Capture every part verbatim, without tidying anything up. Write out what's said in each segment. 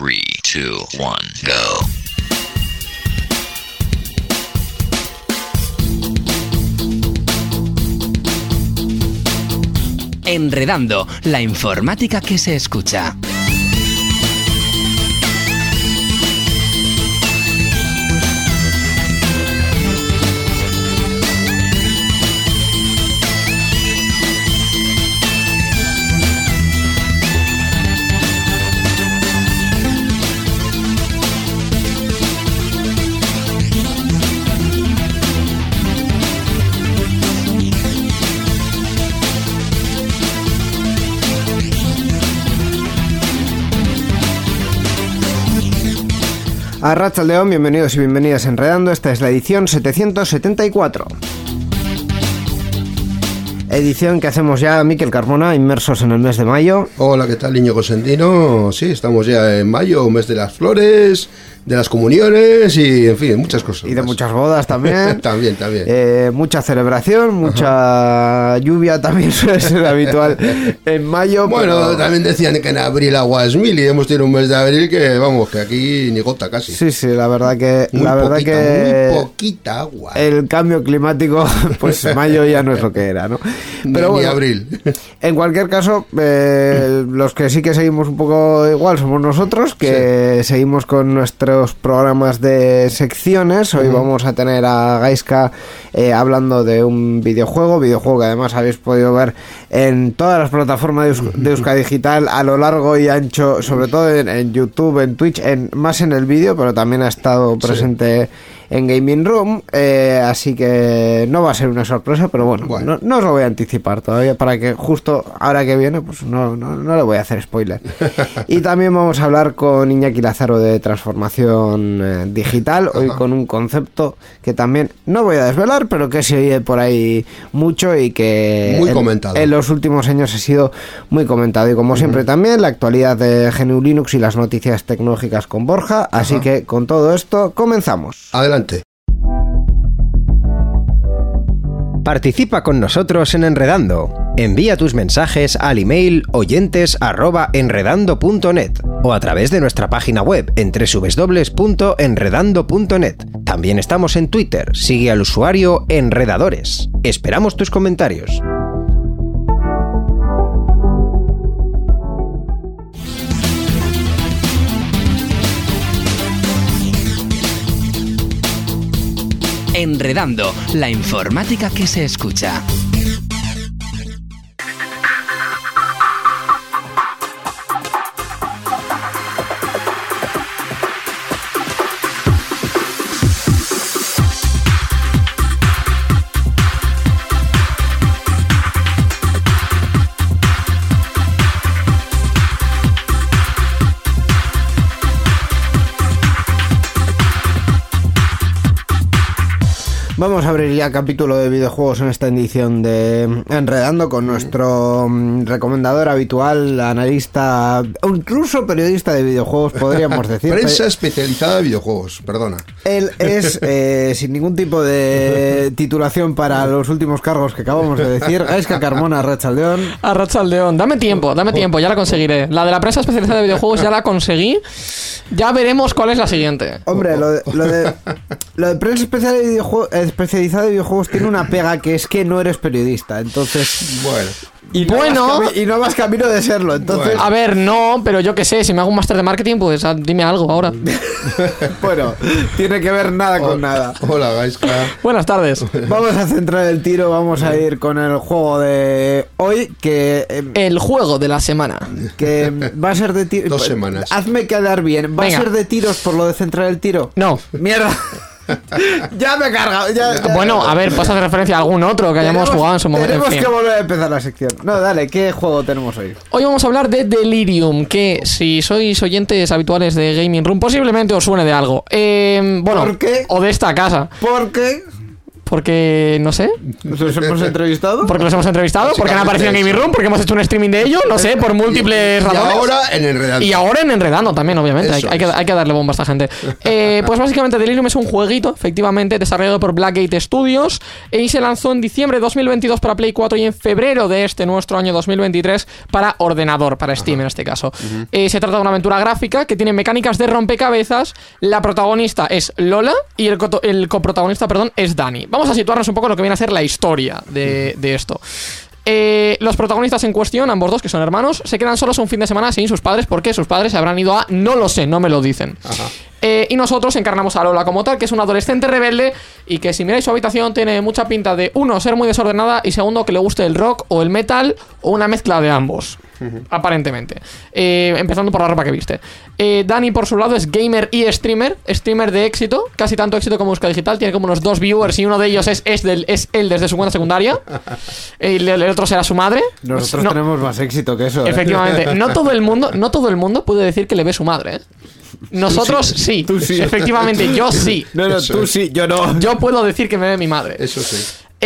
three, two, one, go. Enredando, la informática que se escucha. Arratsaldeon, bienvenidos y bienvenidas a Enredando. Esta es la edición setecientos setenta y cuatro. Edición que hacemos ya, Miquel Carmona, inmersos en el mes de mayo. Hola, ¿qué tal, Íñigo Sendino? Sí, estamos ya en mayo, mes de las flores, de las comuniones y, en fin, muchas cosas. Y de más. Muchas bodas también. también, también. Eh, mucha celebración, mucha Ajá. lluvia también suele ser habitual en mayo. Bueno, pero... también decían que en abril aguas mil y hemos tenido un mes de abril que, vamos, que aquí ni gota casi. Sí, sí, la verdad que... Muy la verdad poquita, que muy poquita agua. El cambio climático, pues mayo ya no es lo que era, ¿no? Pero ni, bueno, ni abril. En cualquier caso, eh, los que sí que seguimos un poco igual somos nosotros, que sí. seguimos con nuestros programas de secciones. Hoy uh-huh. vamos a tener a Gaiska eh, hablando de un videojuego, videojuego que además habéis podido ver en todas las plataformas de, Eus- de Euskadi Digital a lo largo y ancho, sobre todo en, en YouTube, en Twitch, en, más en el vídeo, pero también ha estado presente... Sí. en Gaming Room, eh, así que no va a ser una sorpresa, pero bueno, bueno. No, no os lo voy a anticipar todavía, para que justo ahora que viene, pues no, no, no le voy a hacer spoiler. Y también vamos a hablar con Iñaki Lázaro de transformación eh, digital, hoy Ajá. con un concepto que también no voy a desvelar, pero que se oye por ahí mucho y que muy en, comentado. en los últimos años ha sido muy comentado. Y como uh-huh. siempre también, la actualidad de G N U Linux y las noticias tecnológicas con Borja, así Ajá. que con todo esto comenzamos. Adelante. Participa con nosotros en Enredando. Envía tus mensajes al email oyentes arroba enredando punto net o a través de nuestra página web en doble u doble u doble u punto enredando punto net. También estamos en Twitter. Sigue al usuario Enredadores. Esperamos tus comentarios. Enredando, la informática que se escucha. Vamos a abrir ya capítulo de videojuegos en esta edición de Enredando con nuestro recomendador habitual, analista o incluso periodista de videojuegos, podríamos decir. Prensa especializada de videojuegos, perdona. Él es, eh, sin ningún tipo de titulación para los últimos cargos que acabamos de decir, Gaiska Carmona, Arratsaldeon. Arratsaldeon, dame tiempo, dame tiempo, ya la conseguiré. La de la prensa especializada de videojuegos ya la conseguí. Ya veremos cuál es la siguiente. Hombre, lo de, lo de, lo de prensa especial de videojuegos, especializada de videojuegos tiene una pega que es que no eres periodista, entonces... Bueno... Y bueno, y no vas camino de serlo, entonces... Bueno. A ver, no, pero yo qué sé, si me hago un máster de marketing, pues dime algo ahora. Bueno, tiene que ver nada con Hola, nada. Hola, Gaiska. Buenas tardes. Vamos a centrar el tiro, vamos a ir con el juego de hoy, que... Eh, el juego de la semana. Que va a ser de tiros... Dos semanas. Hazme quedar bien, ¿va Venga. a ser de tiros por lo de centrar el tiro? No. Mierda. Ya me he cargado. Ya, ya. Bueno, a ver, pues hacer referencia a algún otro que hayamos tenemos, jugado en su momento. Tenemos en fin. que volver a empezar la sección. No, dale, ¿qué juego tenemos hoy? Hoy vamos a hablar de Delirium, que si sois oyentes habituales de Gaming Room, posiblemente os suene de algo. Eh, bueno, ¿Por qué? O de esta casa. ¿Por qué? Porque, no sé. ¿Los hemos entrevistado? Porque los hemos entrevistado, porque han aparecido en Gaming Room, porque hemos hecho un streaming de ello, no sé, por múltiples y, razones. Y ahora en Enredando. Y ahora en Enredando también, obviamente. Hay, hay, que, hay que darle bomba a esta gente. Eh, pues básicamente Delirium es un jueguito, efectivamente, desarrollado por Blackgate Studios y se lanzó en diciembre de dos mil veintidós para Play cuatro y en febrero de este nuestro año dos mil veintitrés para ordenador, para Steam. Ajá. En este caso. Uh-huh. Eh, se trata de una aventura gráfica que tiene mecánicas de rompecabezas. La protagonista es Lola y el, co- el coprotagonista, perdón, es Dani. Vamos a situarnos un poco en lo que viene a ser la historia de, de esto. Eh, los protagonistas en cuestión, ambos dos, que son hermanos, se quedan solos un fin de semana sin sus padres porque sus padres se habrán ido a... No lo sé, no me lo dicen. Ajá. Eh, y nosotros encarnamos a Lola como tal, que es una adolescente rebelde y que si miráis su habitación tiene mucha pinta de, uno, ser muy desordenada y segundo, que le guste el rock o el metal o una mezcla de ambos. Uh-huh. Aparentemente. Eh, empezando por la ropa que viste. Eh, Dani, por su lado, es gamer y streamer. Streamer de éxito. Casi tanto éxito como Busca Digital. Tiene como unos dos viewers y uno de ellos es, es, del, es él desde su cuenta secundaria. Y el, el otro será su madre. Nosotros no, tenemos más éxito que eso. ¿eh? Efectivamente. No todo el mundo, no todo el mundo puede decir que le ve su madre, ¿eh? Nosotros sí, sí. Tú sí. Efectivamente, yo sí. No, no, Eso tú es. sí, yo no. Yo puedo decir que me ve mi madre. Eso sí.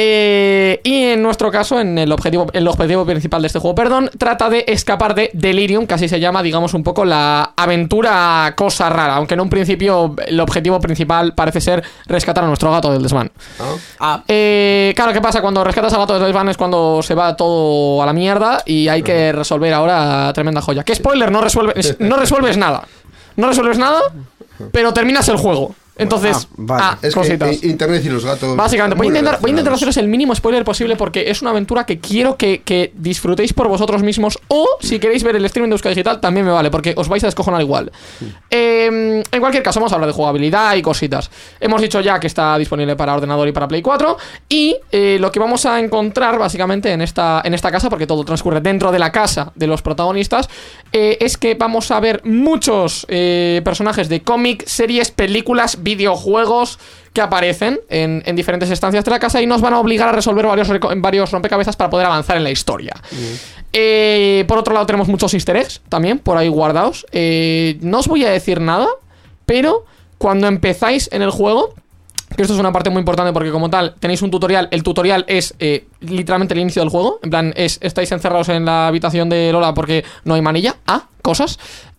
Eh, y en nuestro caso, en el objetivo, el objetivo principal de este juego, perdón, trata de escapar de Delirium, que así se llama, digamos, un poco la aventura cosa rara. Aunque en un principio el objetivo principal parece ser rescatar a nuestro gato del desván. ¿Ah? Ah. Eh, claro, ¿qué pasa? Cuando rescatas al gato del desván es cuando se va todo a la mierda y hay que resolver ahora tremenda joya. ¿Qué spoiler? No resuelves, no resuelves nada. No resuelves nada, pero terminas el juego. Entonces, ah, vale. ah, es cositas. que Internet y los gatos. Básicamente, voy a, intentar, voy a intentar relacionados. haceros el mínimo spoiler posible porque es una aventura que quiero que, que disfrutéis por vosotros mismos. O si queréis ver el streaming de Busca Digital, también me vale, porque os vais a descojonar igual. Sí. Eh, en cualquier caso, vamos a hablar de jugabilidad y cositas. Hemos dicho ya que está disponible para ordenador y para Play cuatro. Y eh, lo que vamos a encontrar básicamente en esta, en esta casa, porque todo transcurre dentro de la casa de los protagonistas, eh, es que vamos a ver muchos eh, personajes de cómic, series, películas, videojuegos que aparecen en, en diferentes estancias de la casa y nos van a obligar a resolver varios, varios rompecabezas para poder avanzar en la historia. Mm. Eh, por otro lado tenemos muchos easter eggs también por ahí guardados. Eh, no os voy a decir nada, pero cuando empezáis en el juego, que esto es una parte muy importante porque como tal tenéis un tutorial, el tutorial es eh, literalmente el inicio del juego, en plan es estáis encerrados en la habitación de Lola porque no hay manilla, ah, cosas,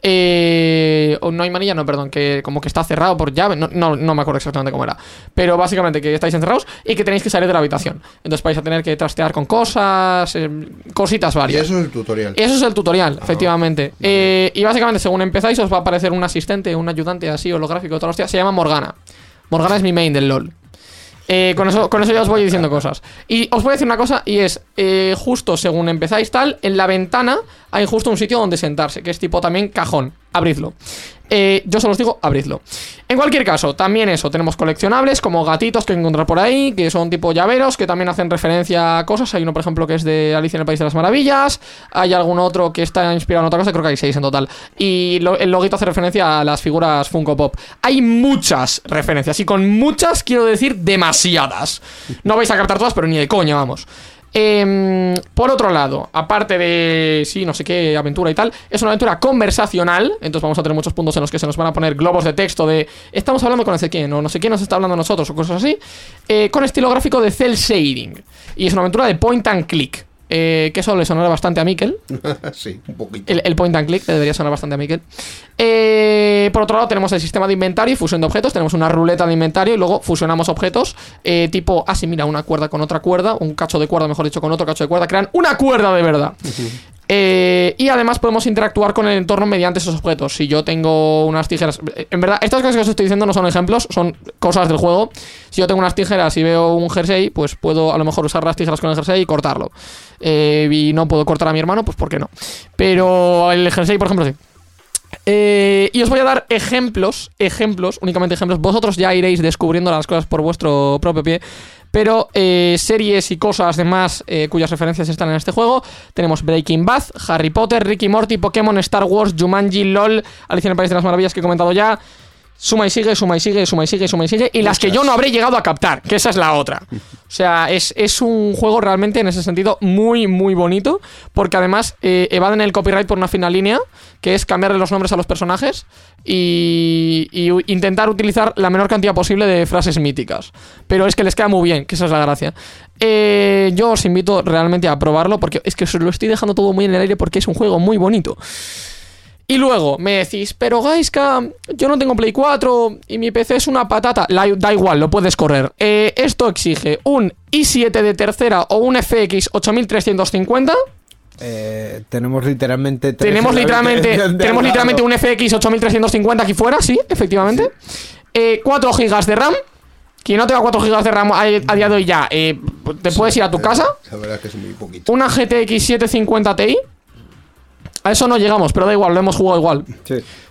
eh, o no hay manilla, no, perdón, que como que está cerrado por llave, no, no, no me acuerdo exactamente cómo era, pero básicamente que estáis encerrados y que tenéis que salir de la habitación, entonces vais a tener que trastear con cosas, eh, cositas varias. Y eso es el tutorial. Eso es el tutorial, ah, efectivamente. Vale. Eh, y básicamente según empezáis os va a aparecer un asistente, un ayudante así holográfico, todos los días, se llama Morgana. Morgana es mi main del LoL. Eh, con, eso, con eso ya os voy diciendo cosas. Y os voy a decir una cosa, y es, eh, justo según empezáis tal, en la ventana hay justo un sitio donde sentarse, que es tipo también cajón. Abridlo. Eh, yo solo os digo, abridlo. En cualquier caso, también eso, tenemos coleccionables como gatitos que encontrar por ahí, que son tipo llaveros, que también hacen referencia a cosas. Hay uno, por ejemplo, que es de Alicia en el País de las Maravillas. Hay algún otro que está inspirado en otra cosa, creo que hay seis en total. Y lo, el loguito hace referencia a las figuras Funko Pop. Hay muchas referencias, y con muchas quiero decir demasiadas. No vais a captar todas, pero ni de coña, vamos. Eh, por otro lado, aparte de, sí, no sé qué, aventura y tal, es una aventura conversacional. Entonces vamos a tener muchos puntos en los que se nos van a poner globos de texto de estamos hablando con no sé quién, o no sé quién nos está hablando a nosotros, o cosas así, eh, con estilo gráfico de cel shading. Y es una aventura de point and click. Eh, que eso le sonará bastante a Mikel. Sí, un poquito. El, el point and click le debería sonar bastante a Mikel. Eh, por otro lado tenemos el sistema de inventario y fusión de objetos. Tenemos una ruleta de inventario y luego fusionamos objetos, eh, tipo, ah sí, mira, una cuerda con otra cuerda, un cacho de cuerda, mejor dicho, con otro cacho de cuerda. Crean una cuerda de verdad. Uh-huh. Eh, y además podemos interactuar con el entorno mediante esos objetos. Si yo tengo unas tijeras, en verdad, estas cosas que os estoy diciendo no son ejemplos, son cosas del juego. Si yo tengo unas tijeras y veo un jersey, pues puedo a lo mejor usar las tijeras con el jersey y cortarlo. eh, Y no puedo cortar a mi hermano, pues ¿por qué no? Pero el jersey, por ejemplo, sí. Eh, y os voy a dar ejemplos, ejemplos, únicamente ejemplos. Vosotros ya iréis descubriendo las cosas por vuestro propio pie. Pero eh, series y cosas demás eh, cuyas referencias están en este juego. Tenemos Breaking Bad, Harry Potter, Rick y Morty, Pokémon, Star Wars, Jumanji, LOL, Alicia en el País de las Maravillas que he comentado ya. Suma y sigue, suma y sigue, suma y sigue, suma y sigue. Y las que yo no habré llegado a captar, que esa es la otra. O sea, es, es un juego realmente en ese sentido muy, muy bonito. Porque además eh, evaden el copyright por una fina línea, que es cambiarle los nombres a los personajes y, y intentar utilizar la menor cantidad posible de frases míticas. Pero es que les queda muy bien, que esa es la gracia. Eh, yo os invito realmente a probarlo, porque es que os lo estoy dejando todo muy en el aire, porque es un juego muy bonito. Y luego me decís, pero Gaiska, yo no tengo Play cuatro y mi P C es una patata. La, da igual, lo puedes correr. Eh, esto exige un i siete de tercera o un F X ocho mil trescientos cincuenta. Eh, tenemos literalmente tres Tenemos literalmente, tenemos literalmente un F X ocho mil trescientos cincuenta aquí fuera, sí, efectivamente. Sí. Eh, cuatro gigas de RAM. Quien no tenga cuatro gigas de RAM a, a día de hoy ya, eh, te puedes sí, ir a tu casa. La verdad es que es muy poquito. Una G T X setecientos cincuenta Ti. A eso no llegamos, pero da igual, lo hemos jugado igual. Sí.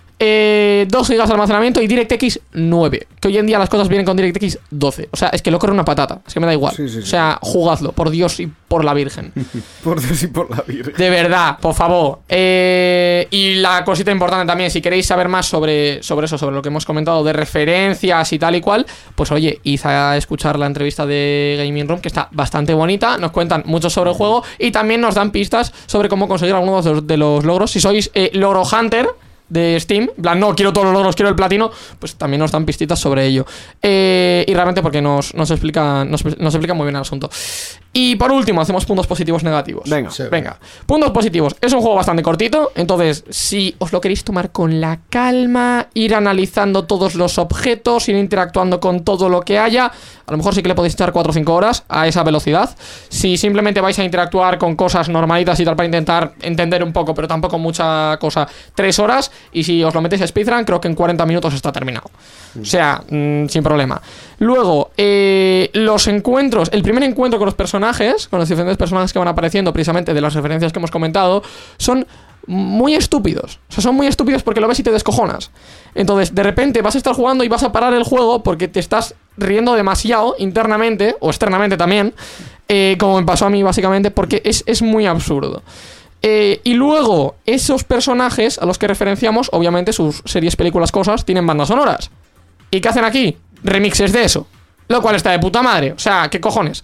Eh, dos gigas de almacenamiento y DirectX nueve. Que hoy en día las cosas vienen con DirectX doce. O sea, es que lo corre una patata. Es que me da igual. Sí, sí, sí. O sea, jugadlo, por Dios y por la Virgen. Por Dios y por la Virgen. De verdad, por favor. Eh, y la cosita importante también, si queréis saber más sobre, sobre eso, sobre lo que hemos comentado de referencias y tal y cual, pues oye, id a escuchar la entrevista de Gaming Room, que está bastante bonita. Nos cuentan mucho sobre el juego y también nos dan pistas sobre cómo conseguir algunos de los, de los logros. Si sois eh, logro hunter de Steam, en plan, no, quiero todos los logros, quiero el platino, pues también nos dan pistitas sobre ello. Eh, y realmente porque nos, nos explica nos, nos explica muy bien el asunto. Y por último, hacemos puntos positivos negativos. Venga, sí. Venga. Puntos positivos. Es un juego bastante cortito, entonces, si os lo queréis tomar con la calma, ir analizando todos los objetos, ir interactuando con todo lo que haya, a lo mejor sí que le podéis echar cuatro o cinco horas a esa velocidad. Si simplemente vais a interactuar con cosas normalitas y tal para intentar entender un poco, pero tampoco mucha cosa, tres horas. Y si os lo metéis a speedrun, creo que en cuarenta minutos está terminado. O sea, mmm, sin problema. Luego, eh, los encuentros. El primer encuentro con los personajes, con los diferentes personajes que van apareciendo, precisamente de las referencias que hemos comentado, son muy estúpidos. O sea, son muy estúpidos porque lo ves y te descojonas. Entonces, de repente vas a estar jugando y vas a parar el juego porque te estás riendo demasiado internamente, o externamente también, eh, como me pasó a mí básicamente, porque es, es muy absurdo. Eh, y luego, esos personajes a los que referenciamos, obviamente sus series, películas, cosas, tienen bandas sonoras. ¿Y qué hacen aquí? Remixes de eso. Lo cual está de puta madre. O sea, ¿qué cojones?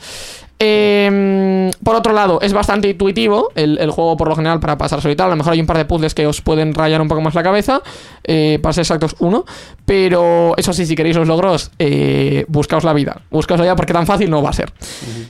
Eh, por otro lado, es bastante intuitivo el, el juego por lo general para pasar y tal. A lo mejor hay un par de puzzles que os pueden rayar un poco más la cabeza. Eh, para ser exactos, uno. Pero eso sí, si queréis los logros, eh, buscaos la vida. Buscaos la vida porque tan fácil no va a ser. Uh-huh.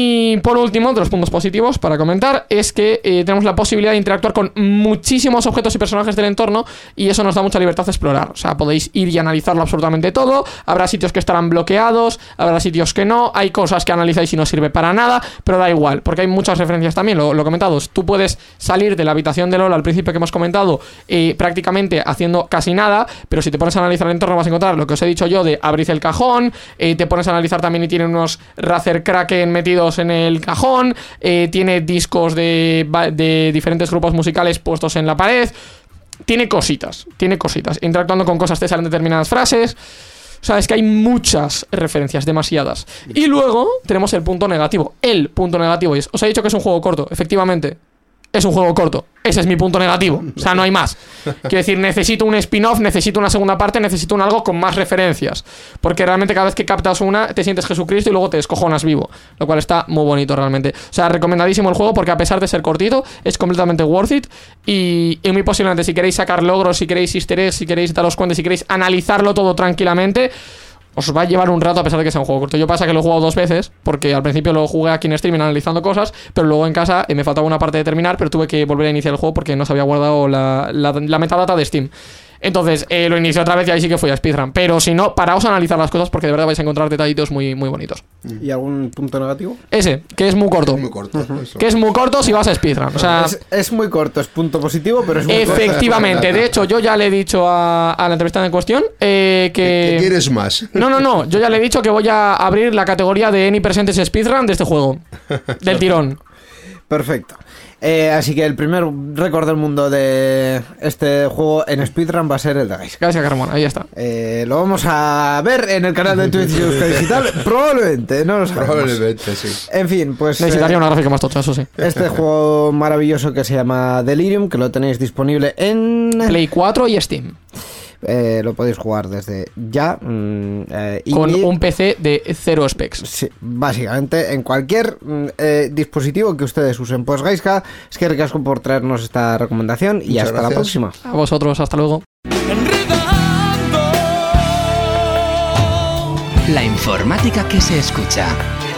Y por último, de los puntos positivos para comentar, es que eh, tenemos la posibilidad de interactuar con muchísimos objetos y personajes del entorno, y eso nos da mucha libertad de explorar. O sea, podéis ir y analizarlo absolutamente todo. Habrá sitios que estarán bloqueados, habrá sitios que no, hay cosas que analizáis y no sirve para nada, pero da igual, porque hay muchas referencias también, lo, lo comentado. Tú puedes salir de la habitación de Lola al principio que hemos comentado, eh, prácticamente haciendo casi nada, pero si te pones a analizar el entorno vas a encontrar lo que os he dicho yo de abrir el cajón, eh, te pones a analizar también y tiene unos Razer Kraken metidos en el cajón, eh, tiene discos de, de diferentes grupos musicales puestos en la pared, tiene cositas, tiene cositas, interactuando con cosas te salen determinadas frases. O sea, es que hay muchas referencias, demasiadas. Y luego tenemos el punto negativo. El punto negativo es, os he dicho que es un juego corto, efectivamente. Es un juego corto. Ese es mi punto negativo. O sea, no hay más. Quiero decir, necesito un spin-off, necesito una segunda parte, necesito un algo con más referencias. Porque realmente cada vez que captas una, te sientes Jesucristo y luego te descojonas vivo. Lo cual está muy bonito realmente. O sea, recomendadísimo el juego porque a pesar de ser cortito, es completamente worth it. Y, y muy posiblemente si queréis sacar logros, si queréis easter eggs, si queréis daros cuenta, si queréis analizarlo todo tranquilamente, os va a llevar un rato a pesar de que sea un juego corto. Yo pasa que lo he jugado dos veces, porque al principio lo jugué aquí en streaming analizando cosas, pero luego en casa eh, me faltaba una parte de terminar, pero tuve que volver a iniciar el juego porque no se había guardado la, la, la metadata de Steam. Entonces eh, lo inicié otra vez y ahí sí que fui a speedrun. Pero si no, paraos a analizar las cosas porque de verdad vais a encontrar detallitos muy, muy bonitos. ¿Y algún punto negativo? Ese, que es muy corto. Es muy corto. Uh-huh. Que es muy corto si vas a speedrun. O sea, es, es muy corto, es punto positivo, pero es muy efectivamente, corto. de hecho, yo ya le he dicho a, a la entrevista en cuestión eh, que... ¿Qué quieres más? No, no, no. Yo ya le he dicho que voy a abrir la categoría de Any Presentes Speedrun de este juego. Del tirón. Perfecto. Eh, así que el primer récord del mundo de este juego en speedrun va a ser el de Gaiska. Gracias, Carmona, ahí está. Eh, lo vamos a ver en el canal de Twitch Digital. Probablemente, no lo sabemos. Probablemente, sí. En fin, pues... Necesitaría eh, una gráfica más tocha, eso sí. Este juego maravilloso que se llama Delirium, que lo tenéis disponible en... Play cuatro y Steam. eh, lo podéis jugar desde ya. Mm, eh, Con y, un P C de cero specs. Sí, básicamente en cualquier eh, dispositivo que ustedes usen. Pues Gaiska, es que ricasco por traernos esta recomendación y Muchas hasta gracias. la próxima. A vosotros, hasta luego. La informática que se escucha.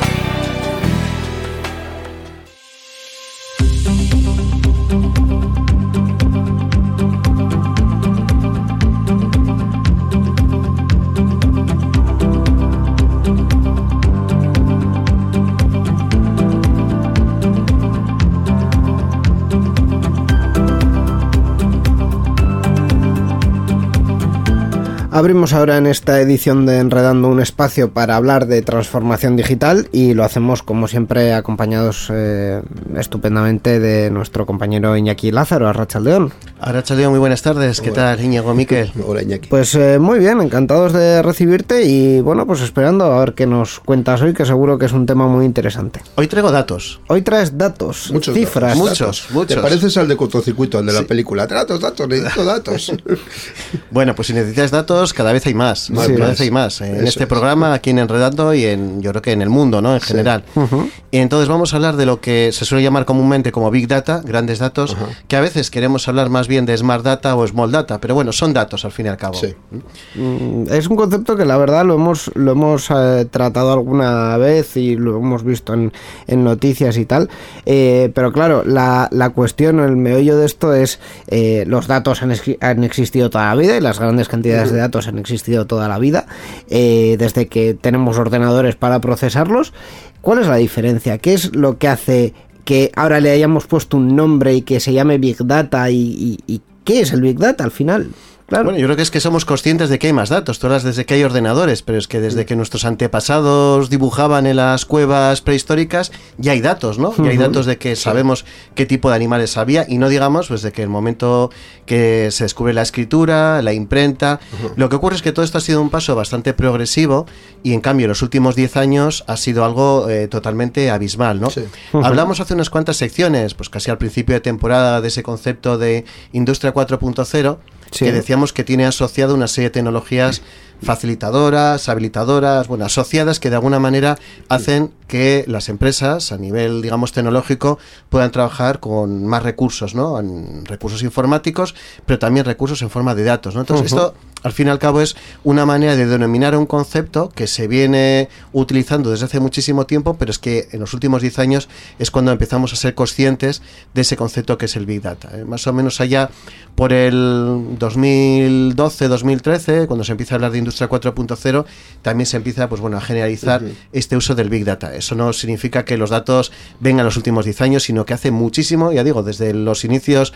Abrimos ahora en esta edición de Enredando un espacio para hablar de transformación digital y lo hacemos como siempre acompañados eh, estupendamente de nuestro compañero Iñaki Lázaro, Arratsaldeon. Arratsaldeon, muy buenas tardes. ¿Qué tal, Íñigo, Miquel? Hola, Iñaki. Pues eh, muy bien, encantados de recibirte y bueno, pues esperando a ver qué nos cuentas hoy, que seguro que es un tema muy interesante. Hoy traigo datos. Hoy traes datos, Muchos cifras. datos, Muchos, datos. muchos. Te pareces al de cortocircuito, al de la película. Datos, datos, necesito datos. Bueno, pues si necesitas datos, cada vez hay más. Más, cada más. vez hay más. En Eso este es. programa, aquí en Enredando y en, yo creo que en el mundo, ¿no? En general. Uh-huh. Y entonces vamos a hablar de lo que se suele llamar comúnmente como Big Data, grandes datos, Ajá. que a veces queremos hablar más bien de Smart Data o Small Data, pero bueno, son datos al fin y al cabo. Sí. Mm, Es un concepto que la verdad lo hemos lo hemos eh, tratado alguna vez y lo hemos visto en, en noticias y tal, eh, pero claro, la, la cuestión, el meollo de esto es eh, los datos han, ex- han existido toda la vida y las grandes cantidades de datos han existido toda la vida, eh, desde que tenemos ordenadores para procesarlos. ¿Cuál es la diferencia? ¿Qué es lo que hace que ahora le hayamos puesto un nombre y que se llame Big Data? ¿Y, y, y qué es el Big Data al final? Claro. Bueno, yo creo que es que somos conscientes de que hay más datos. Tú hablas desde que hay ordenadores, pero es que desde que nuestros antepasados dibujaban en las cuevas prehistóricas, ya hay datos, ¿no? Ya hay datos de que sabemos qué tipo de animales había, y no digamos, pues, de que el momento que se descubre la escritura, la imprenta. Lo que ocurre es que todo esto ha sido un paso bastante progresivo, y en cambio en los últimos diez años ha sido algo eh, totalmente abismal, ¿no? Sí. Hablamos hace unas cuantas secciones, pues casi al principio de temporada, de ese concepto de Industria cuatro punto cero, Sí. que decíamos que tiene asociado una serie de tecnologías facilitadoras, habilitadoras, bueno, asociadas, que de alguna manera hacen que las empresas a nivel, digamos, tecnológico puedan trabajar con más recursos, ¿no? En recursos informáticos, pero también recursos en forma de datos, ¿no? Entonces, Uh-huh. esto, al fin y al cabo, es una manera de denominar un concepto que se viene utilizando desde hace muchísimo tiempo, pero es que en los últimos diez años es cuando empezamos a ser conscientes de ese concepto que es el Big Data, ¿eh? Más o menos allá por el dos mil doce, dos mil trece, cuando se empieza a hablar de Industria cuatro punto cero, también se empieza, pues bueno, a generalizar uh-huh. este uso del Big Data. Eso no significa que los datos vengan los últimos diez años, sino que hace muchísimo, ya digo, desde los inicios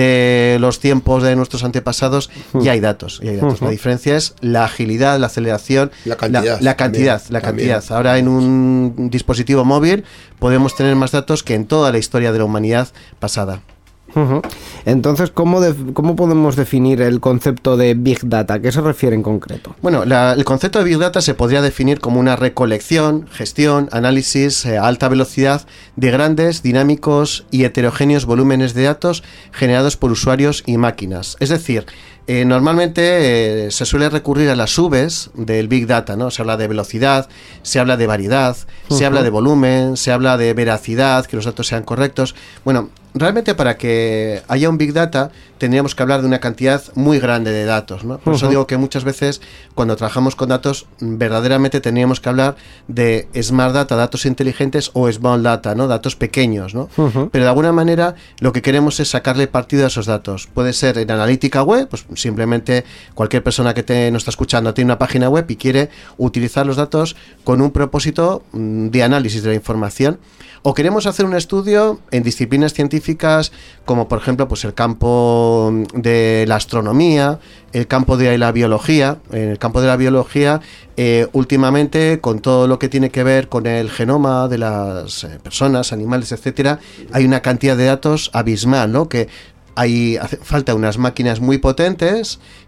de los tiempos de nuestros antepasados, uh-huh. ya hay datos, ya hay datos. Uh-huh. La diferencia es la agilidad, la aceleración, la cantidad. La, la cantidad, también, la también. cantidad. Ahora en un dispositivo móvil podemos tener más datos que en toda la historia de la humanidad pasada. Uh-huh. Entonces, ¿cómo, de, ¿cómo podemos definir el concepto de Big Data? ¿A qué se refiere en concreto? Bueno, la, el concepto de Big Data se podría definir como una recolección, gestión, análisis eh, a alta velocidad de grandes, dinámicos y heterogéneos volúmenes de datos generados por usuarios y máquinas. Es decir, Eh, normalmente eh, se suele recurrir a las V's del Big Data, ¿no? Se habla de velocidad, se habla de variedad, uh-huh. se habla de volumen, se habla de veracidad, que los datos sean correctos. Bueno, realmente para que haya un Big Data tendríamos que hablar de una cantidad muy grande de datos, ¿no? Por uh-huh. eso digo que muchas veces cuando trabajamos con datos verdaderamente tendríamos que hablar de Smart Data, datos inteligentes, o Small Data, ¿no? Datos pequeños, ¿no? Uh-huh. Pero de alguna manera lo que queremos es sacarle partido a esos datos. Puede ser en analítica web, pues simplemente cualquier persona que te, nos está escuchando tiene una página web y quiere utilizar los datos con un propósito de análisis de la información. O queremos hacer un estudio en disciplinas científicas como por ejemplo pues el campo de la astronomía, el campo de la biología. En el campo de la biología eh, últimamente, con todo lo que tiene que ver con el genoma de las eh, personas, animales, etcétera, hay una cantidad de datos abismal, ¿no? Que Hay, hace falta unas máquinas muy potentes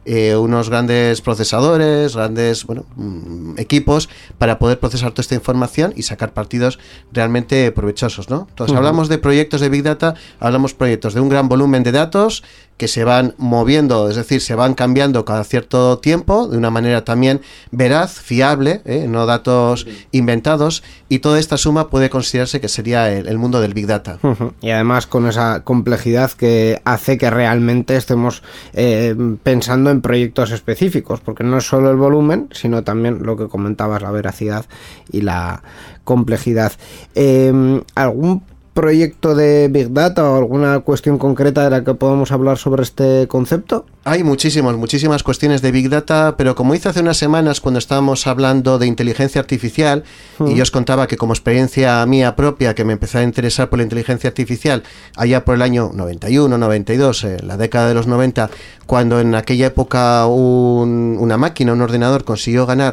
eh, unos grandes procesadores, grandes bueno, mm, equipos para poder procesar toda esta información y sacar partidos realmente provechosos, ¿no? Entonces, uh-huh. hablamos de proyectos de Big Data, hablamos proyectos de un gran volumen de datos que se van moviendo, es decir, se van cambiando cada cierto tiempo, de una manera también veraz, fiable, ¿eh? no datos inventados, y toda esta suma puede considerarse que sería el, el mundo del Big Data. Uh-huh. Y además con esa complejidad que hace que realmente estemos eh, pensando en proyectos específicos, porque no es solo el volumen, sino también lo que comentabas, la veracidad y la complejidad. Eh, ¿Algún proyecto de Big Data o alguna cuestión concreta de la que podamos hablar sobre este concepto? Hay muchísimas, muchísimas cuestiones de Big Data, pero como hice hace unas semanas cuando estábamos hablando de inteligencia artificial, uh-huh. y yo os contaba que como experiencia mía propia, que me empecé a interesar por la inteligencia artificial allá por el año noventa y uno, noventa y dos, eh, la década de los noventa, cuando en aquella época un, una máquina, un ordenador consiguió ganar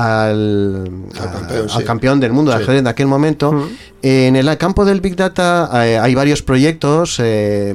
Al, al, campeón, a, sí. al campeón del mundo, sí. al ajedrez de aquel momento. Uh-huh. eh, en el campo del Big Data eh, hay varios proyectos eh,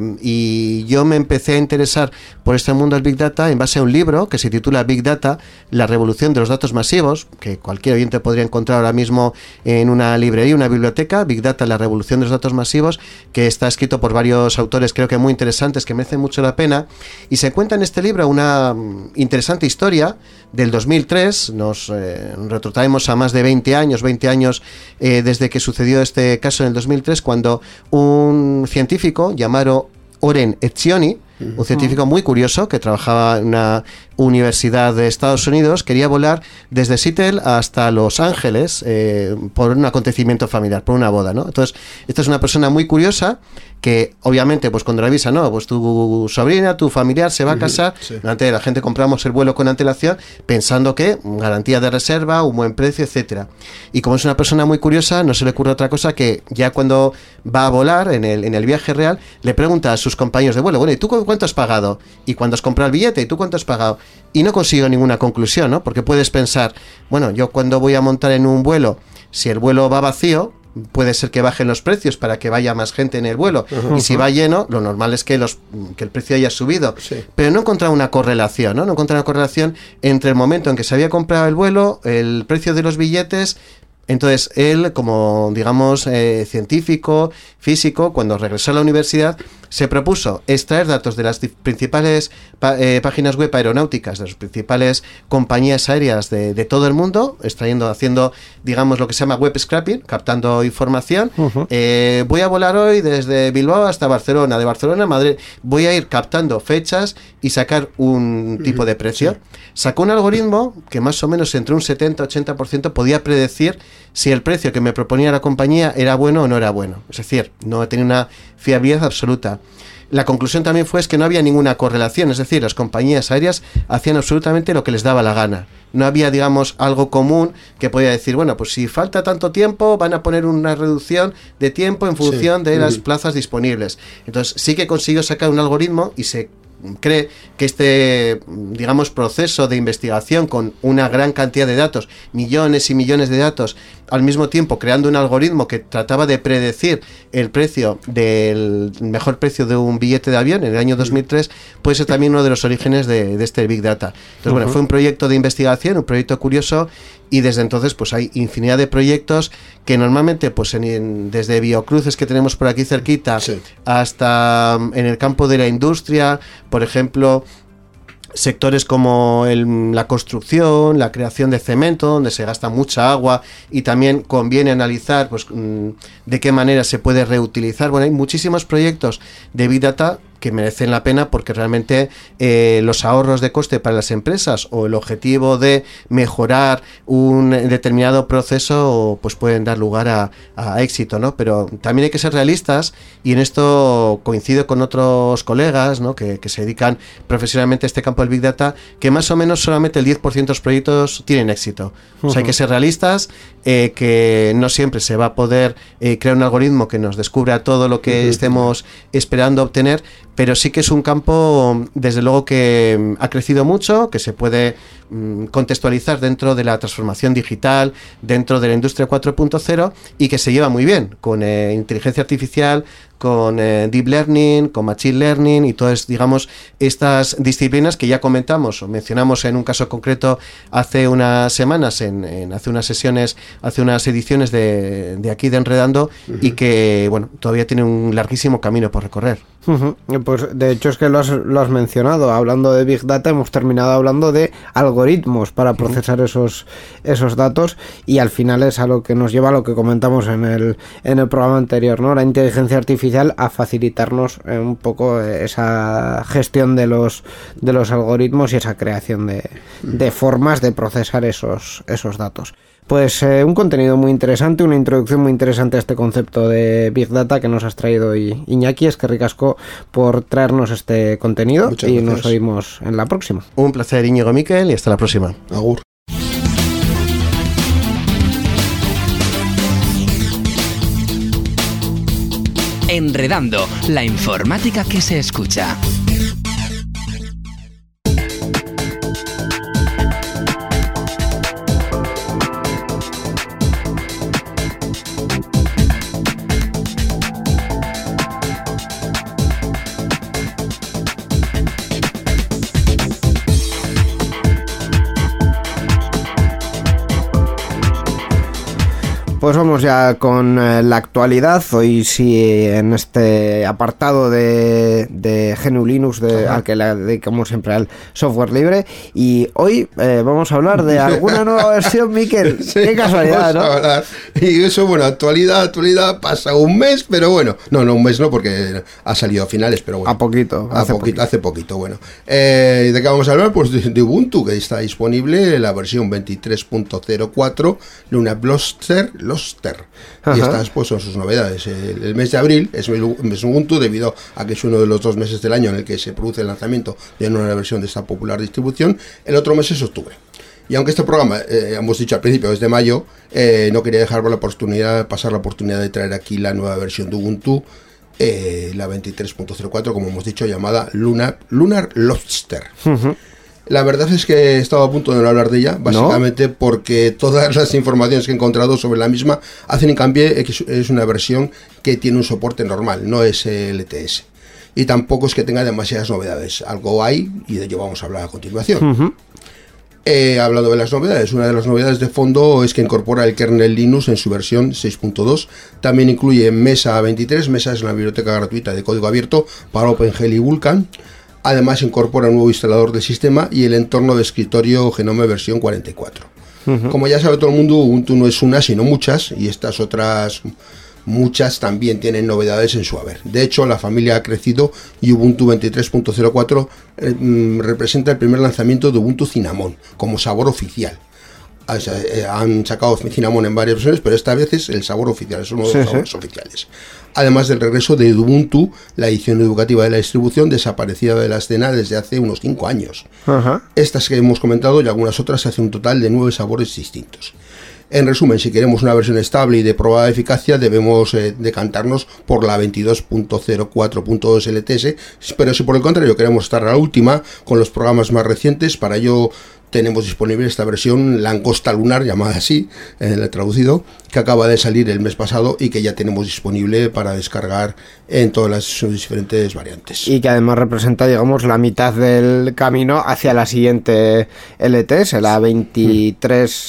y yo me empecé a interesar por este mundo del Big Data en base a un libro que se titula Big Data, la revolución de los datos masivos, que cualquier oyente podría encontrar ahora mismo en una librería, una biblioteca. Big Data, la revolución de los datos masivos, que está escrito por varios autores, creo que muy interesantes, que merecen mucho la pena, y se cuenta en este libro una interesante historia del dos mil tres. Nos eh, retrotraemos a más de veinte años, veinte años eh, desde que sucedió este caso en el dos mil tres, cuando un científico llamado Oren Etzioni, un científico muy curioso que trabajaba en una universidad de Estados Unidos, quería volar desde Seattle hasta Los Ángeles eh, por un acontecimiento familiar, por una boda, ¿no? Entonces, esta es una persona muy curiosa que, obviamente, pues cuando le avisa, no, pues tu sobrina, tu familiar se va a casar, uh-huh, sí. Antes la gente compramos el vuelo con antelación pensando que garantía de reserva, un buen precio, etcétera. Y como es una persona muy curiosa, no se le ocurre otra cosa que ya cuando va a volar en el, en el viaje real, le pregunta a sus compañeros de vuelo, bueno, ¿y tú cuánto has pagado? ¿Y cuándo has comprado el billete? ¿Y tú cuánto has pagado? Y no consigo ninguna conclusión, ¿no? Porque puedes pensar, bueno, yo cuando voy a montar en un vuelo, si el vuelo va vacío, puede ser que bajen los precios para que vaya más gente en el vuelo, uh-huh. y si va lleno, lo normal es que los que el precio haya subido, sí. Pero no he encontrado una correlación, ¿no? No he encontrado una correlación entre el momento en que se había comprado el vuelo, el precio de los billetes. Entonces él, como digamos eh, científico, físico, cuando regresó a la universidad, se propuso extraer datos de las principales pa- eh, páginas web aeronáuticas, de las principales compañías aéreas de, de todo el mundo, extrayendo, haciendo, digamos, lo que se llama web scraping, captando información. Uh-huh. Eh, voy a volar hoy desde Bilbao hasta Barcelona, de Barcelona a Madrid. Voy a ir captando fechas y sacar un tipo de precio. Sí. Sacó un algoritmo que más o menos entre un setenta a ochenta por ciento podía predecir si el precio que me proponía la compañía era bueno o no era bueno. Es decir, no tenía una fiabilidad absoluta. La conclusión también fue es que no había ninguna correlación, es decir, las compañías aéreas hacían absolutamente lo que les daba la gana. No había, digamos, algo común que podía decir, bueno, pues si falta tanto tiempo, van a poner una reducción de tiempo en función sí. de las plazas disponibles. Entonces sí que consiguió sacar un algoritmo y se cree que este, digamos, proceso de investigación con una gran cantidad de datos, millones y millones de datos, al mismo tiempo creando un algoritmo que trataba de predecir el precio del mejor precio de un billete de avión en el año dos mil tres, puede ser también uno de los orígenes de, de este Big Data. Entonces, uh-huh. bueno, fue un proyecto de investigación, un proyecto curioso, y desde entonces pues hay infinidad de proyectos que normalmente pues en, en, desde biocruces que tenemos por aquí cerquita, sí. hasta en el campo de la industria, por ejemplo, sectores como el, la construcción, la creación de cemento, donde se gasta mucha agua y también conviene analizar pues de qué manera se puede reutilizar. Bueno, hay muchísimos proyectos de Big Data que merecen la pena porque realmente eh, los ahorros de coste para las empresas o el objetivo de mejorar un determinado proceso pues pueden dar lugar a, a éxito, ¿no? Pero también hay que ser realistas y en esto coincido con otros colegas, ¿no? que, que se dedican profesionalmente a este campo del Big Data, que más o menos solamente el diez por ciento de los proyectos tienen éxito. Uh-huh. O sea, hay que ser realistas, eh, que no siempre se va a poder eh, crear un algoritmo que nos descubra todo lo que uh-huh. estemos esperando obtener, pero sí que es un campo, desde luego, que ha crecido mucho, que se puede mm, contextualizar dentro de la transformación digital, dentro de la industria cuatro punto cero, y que se lleva muy bien con eh, inteligencia artificial, con eh, Deep Learning, con Machine Learning y todas, digamos, estas disciplinas que ya comentamos o mencionamos en un caso concreto hace unas semanas, en, en hace unas sesiones, hace unas ediciones de, de aquí de Enredando, uh-huh. y que, bueno, todavía tiene un larguísimo camino por recorrer. Uh-huh. Pues de hecho es que lo has, lo has mencionado. Hablando de Big Data, hemos terminado hablando de algoritmos para procesar uh-huh. esos, esos datos, y al final es a lo que nos lleva a lo que comentamos en el, en el programa anterior, ¿no? La inteligencia artificial a facilitarnos eh, un poco esa gestión de los, de los algoritmos y esa creación de, de formas de procesar esos, esos datos. Pues eh, un contenido muy interesante, una introducción muy interesante a este concepto de Big Data que nos has traído hoy, Iñaki. Es que ricasco por traernos este contenido. Muchas y gracias. Nos oímos en la próxima. Un placer, Íñigo Miquel, y hasta la próxima. Agur. Enredando, la informática que se escucha. Pues vamos ya con eh, la actualidad. Hoy sí, en este apartado de, de G N U Linux, de, al que le dedicamos siempre al software libre. Y hoy eh, vamos a hablar de alguna nueva versión, Miquel. Sí, qué casualidad, ¿no? A hablar. Y eso, bueno, actualidad, actualidad, pasa un mes, pero bueno. No, no, un mes no, porque ha salido a finales, pero bueno. A poquito. Hace poquito, poquito. Hace poquito, bueno. Eh, ¿De qué vamos a hablar? Pues de, de Ubuntu, que está disponible la versión veintitrés punto cero cuatro, Luna Bluster, Luster. Y estas pues son sus novedades. El, el mes de abril es mes Ubuntu, debido a que es uno de los dos meses del año en el que se produce el lanzamiento de una nueva versión de esta popular distribución. El otro mes es octubre. Y aunque este programa, eh, hemos dicho al principio, es de mayo, eh, no quería dejar por la oportunidad, pasar la oportunidad de traer aquí la nueva versión de Ubuntu, eh, la veintitrés punto cero cuatro, como hemos dicho, llamada Luna, Lunar Lobster. Uh-huh. La verdad es que he estado a punto de no hablar de ella, básicamente ¿No? porque todas las informaciones que he encontrado sobre la misma hacen hincapié que es una versión que tiene un soporte normal, no es L T S. Y tampoco es que tenga demasiadas novedades. Algo hay y de ello vamos a hablar a continuación. Uh-huh. He hablado de las novedades. Una de las novedades de fondo es que incorpora el kernel Linux en su versión seis punto dos. También incluye Mesa veintitrés. Mesa es una biblioteca gratuita de código abierto para OpenGL y Vulkan. Además incorpora un nuevo instalador del sistema y el entorno de escritorio Genome versión cuarenta y cuatro. Uh-huh. Como ya sabe todo el mundo, Ubuntu no es una, sino muchas, y estas otras muchas también tienen novedades en su haber. De hecho, la familia ha crecido y Ubuntu veintitrés punto cero cuatro eh, representa el primer lanzamiento de Ubuntu Cinnamon como sabor oficial. O sea, eh, han sacado Cinnamon en varias versiones, pero esta vez es el sabor oficial, es uno de los sí, sabores sí. oficiales. Además del regreso de Ubuntu, la edición educativa de la distribución, desaparecida de la escena desde hace unos cinco años. Uh-huh. Estas que hemos comentado y algunas otras hacen un total de nueve sabores distintos. En resumen, si queremos una versión estable y de probada eficacia, debemos eh, decantarnos por la veintidós punto cero cuatro punto dos L T S, pero si por el contrario queremos estar a la última con los programas más recientes, para ello tenemos disponible esta versión Langosta Lunar, llamada así, en el traducido, que acaba de salir el mes pasado y que ya tenemos disponible para descargar en todas las diferentes variantes. Y que además representa, digamos, la mitad del camino hacia la siguiente L T S, la veintitrés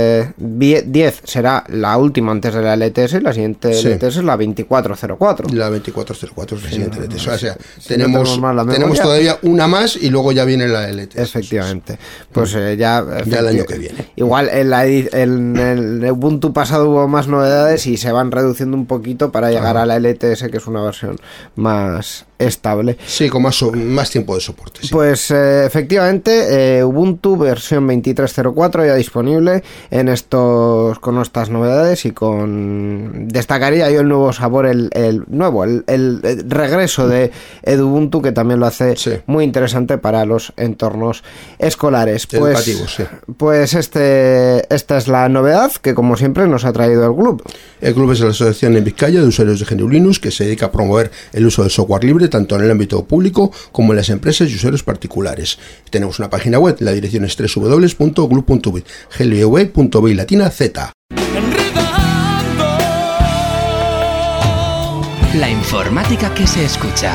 diez será la última antes de la L T S, y la siguiente sí. L T S es la veinticuatro cero cuatro. La veinticuatro cero cuatro es la sí, siguiente no, L T S. O sea, si tenemos, no tenemos todavía una más y luego ya viene la L T S. Efectivamente. Pues eh, ya, ya el año que viene. Igual en, la, en el Ubuntu pasado hubo más novedades y se van reduciendo un poquito para llegar ah. a la L T S, que es una versión más estable. Sí, con más, más tiempo de soporte. Sí. Pues eh, efectivamente, eh, Ubuntu versión veintitrés cero cuatro ya disponible en estos con estas novedades, y con destacaría yo el nuevo sabor, el, el nuevo, el, el, el regreso de Ubuntu, que también lo hace sí. muy interesante para los entornos escolares. Pues, educativos, sí. Pues este, esta es la novedad que, como siempre, nos ha traído el club. El club es la asociación en Vizcaya de usuarios de G N U Linux que se dedica a promover el uso del software libre tanto en el ámbito público como en las empresas y usuarios particulares. Tenemos una página web, la dirección es doble u doble u doble u punto glub punto biz, g l w punto b i latina z. la informática que se escucha.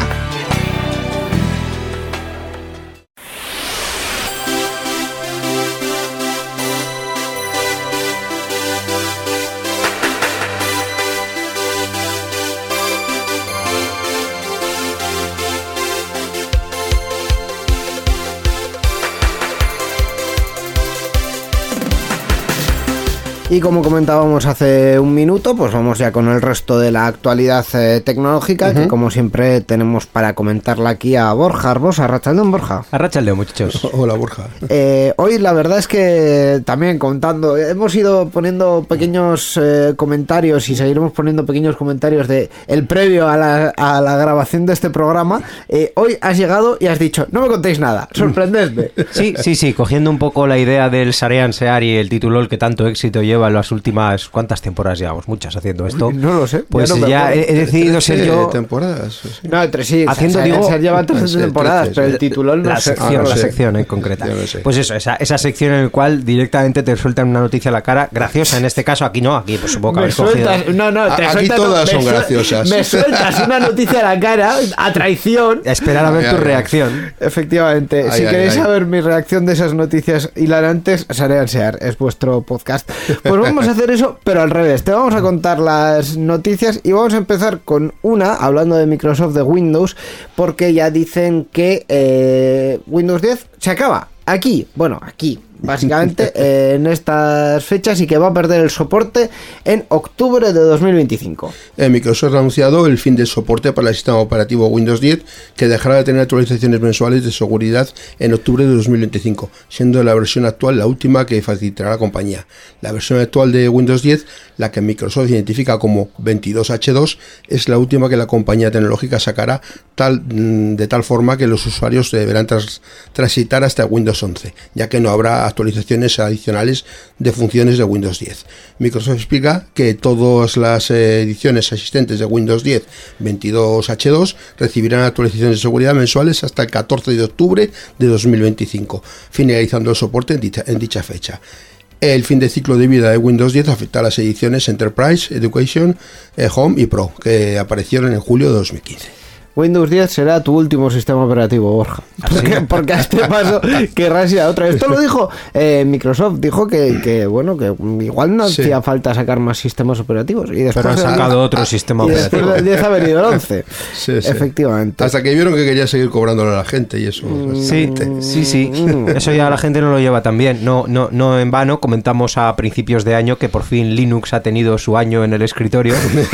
Y como comentábamos hace un minuto, pues vamos ya con el resto de la actualidad eh, tecnológica, uh-huh. que como siempre tenemos para comentarla aquí a Borja Arbosa. Arrachaldeón, Borja. Arrachaldeón, muchachos. Hola, Borja. Eh, hoy la verdad es que también contando, hemos ido poniendo pequeños eh, comentarios y seguiremos poniendo pequeños comentarios de el previo a la, a la grabación de este programa. Eh, hoy has llegado y has dicho, no me contéis nada, sorprendedme. Sí, sí, sí, cogiendo un poco la idea del Sarean Sear y el titulol que tanto éxito lleva en las últimas, ¿cuántas temporadas llevamos? Muchas haciendo esto. No lo sé. Pues ya, no ya he, he decidido ser yo... temporadas. Sí. No, entre sí. Haciendo, o sea, digo... Se lleva tres sí, temporadas, trece, pero sí. el titulón no La sé. sección, Ah, no la sé. sección en concreta. Ya lo sé. Pues eso, esa, esa sección en la cual directamente te sueltan una noticia a la cara, graciosa en este caso, aquí no, aquí pues supongo que Me habéis cogido... sueltas, no, no, te Aquí sueltas, todas me son suel- graciosas. Me sueltas una noticia a la cara, a traición. A esperar a ver Ya, tu ya. reacción. Efectivamente, Ay, si ay, queréis ay. saber mi reacción de esas noticias hilarantes, Sarean Sear, es vuestro podcast. Pues vamos a hacer eso, pero al revés. Te vamos a contar las noticias y vamos a empezar con una, hablando de Microsoft de Windows, porque ya dicen que eh, Windows diez se acaba. Aquí, bueno, aquí, básicamente, eh, en estas fechas, y que va a perder el soporte en octubre de dos mil veinticinco. Eh, Microsoft ha anunciado el fin del soporte para el sistema operativo Windows diez, que dejará de tener actualizaciones mensuales de seguridad en octubre de dos mil veinticinco, siendo la versión actual la última que facilitará la compañía. La versión actual de Windows diez, la que Microsoft identifica como veintidós H dos, es la última que la compañía tecnológica sacará tal, de tal forma que los usuarios deberán tras, transitar hasta Windows once, ya que no habrá actualizaciones adicionales de funciones de Windows diez. Microsoft explica que todas las ediciones existentes de Windows diez veintidós H dos recibirán actualizaciones de seguridad mensuales hasta el catorce de octubre de dos mil veinticinco, finalizando el soporte en dicha, en dicha fecha. El fin de ciclo de vida de Windows diez afecta a las ediciones Enterprise, Education, eh, Home y Pro, que aparecieron en julio de dos mil quince. Windows diez será tu último sistema operativo, Borja. Porque, porque a este paso querrás ir a otra. Esto lo dijo eh, Microsoft. Dijo que, que, bueno, que igual no Sí. hacía falta sacar más sistemas operativos. Y después Pero han del- sacado otro sistema y después operativo. del diez ha venido el once. Sí, sí. Efectivamente. Hasta que vieron que quería seguir cobrándole a la gente y eso. Sí, sí, sí. Eso ya la gente no lo lleva tan bien. No, no, no en vano comentamos a principios de año que por fin Linux ha tenido su año en el escritorio.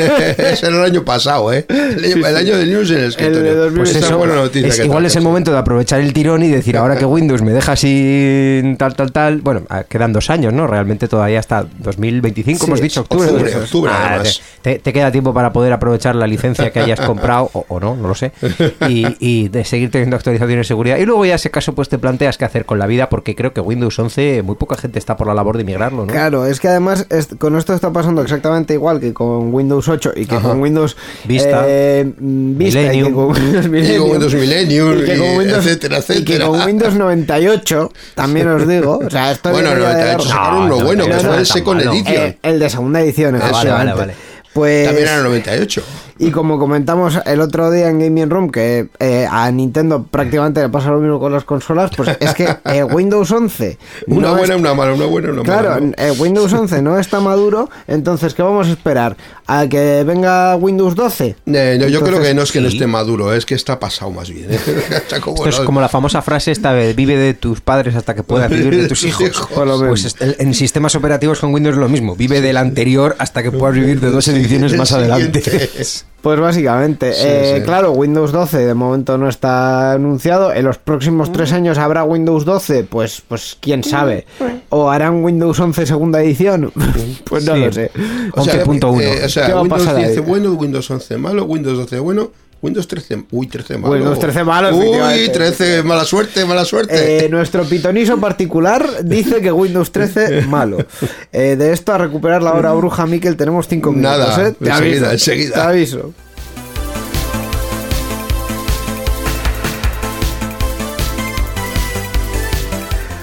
Ese era el año pasado, ¿eh? El año, el año de Linux en el escritorio. El de dos mil Pues Esa eso, buena noticia es, que igual traes. es el momento de aprovechar el tirón y decir, ahora que Windows me deja así tal, tal, tal. Bueno, ah, quedan dos años, ¿no? Realmente todavía hasta dos mil veinticinco, Sí, hemos dicho octubre. octubre, Pues, octubre, ah, además. te, te queda tiempo para poder aprovechar la licencia que hayas comprado, o, o no, no lo sé, y, y de seguir teniendo actualizaciones de seguridad. Y luego ya, si acaso, pues te planteas qué hacer con la vida, porque creo que Windows once, muy poca gente está por la labor de migrarlo, ¿no? Claro, es que además es- con esto está pasando exactamente igual que con Windows ocho y que Ajá. con Windows Vista. eh, Vista y que Millennium. con Windows Y Millennium, con Windows Millennium, y que con y Windows, etcétera, y que etcétera. con Windows noventa y ocho, también os digo, o sea, esto Bueno, debería de noventa y ocho dar- sacaron No, uno no, bueno, no, que no, fue no, el Second no, Edition. Eh, el de segunda edición, Ah, vale, efectivamente. vale, vale. Pues, También era el noventa y ocho. y como comentamos el otro día en Gaming Room, que eh, a Nintendo prácticamente le pasa lo mismo con las consolas, pues es que eh, Windows once Una no buena, es- una mala, una buena, una Claro, mala. ¿no? eh, Windows once no está maduro, entonces ¿qué vamos a esperar? ¿A que venga Windows doce? Eh, no, yo Entonces, creo que no es que no sí. esté maduro, es que está pasado más bien. ¿eh? Está como Esto es la- como la famosa frase esta de vive de tus padres hasta que puedas vivir de tus Tus hijos. hijos. Por lo Pues menos. est- en sistemas operativos con Windows es lo mismo. Vive del anterior hasta que puedas vivir de dos ediciones El más adelante. siguiente. Pues básicamente, Sí, eh, sí. claro, Windows doce de momento no está anunciado. En los próximos tres años habrá Windows doce, pues, pues quién sabe. O harán Windows once segunda edición, pues no Sí. lo sé. O sea, once punto uno. eh, o sea, ¿Qué va a Windows pasar ahí? diez bueno, Windows once malo, Windows doce bueno, Windows trece, uy, trece malo. Windows trece malo, Uy, efectivamente. trece, mala suerte, mala suerte. Eh, nuestro pitoniso particular dice que Windows trece malo. Eh, de esto a recuperar la hora bruja, Miquel, tenemos cinco minutos. Nada, ¿eh? Te enseguida, aviso, enseguida. Te aviso.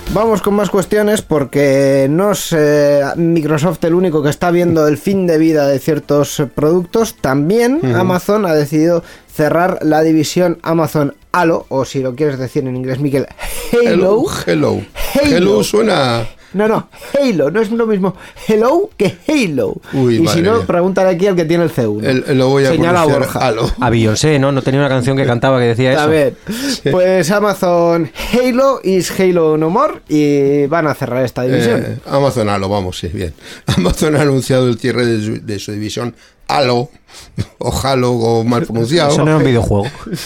vamos con más cuestiones porque no es eh, Microsoft el único que está viendo el fin de vida de ciertos productos. También uh-huh. Amazon ha decidido cerrar la división Amazon Halo, o si lo quieres decir en inglés, Miquel, Halo. Hello, hello. Halo, Hello suena... No, no, Halo, no es lo mismo Hello que Halo. Uy, y si no, mía. Pregúntale aquí al que tiene el C uno. El, el lo voy a Señala a Borja. Halo. A Beyoncé, ¿no? No tenía una canción que cantaba que decía eso. A ver, pues Amazon Halo is Halo no more y van a cerrar esta división. Eh, Amazon Halo, vamos, sí, bien. Amazon ha anunciado el cierre de su, de su división Halo, o Halo, o mal pronunciado. Suena un videojuego.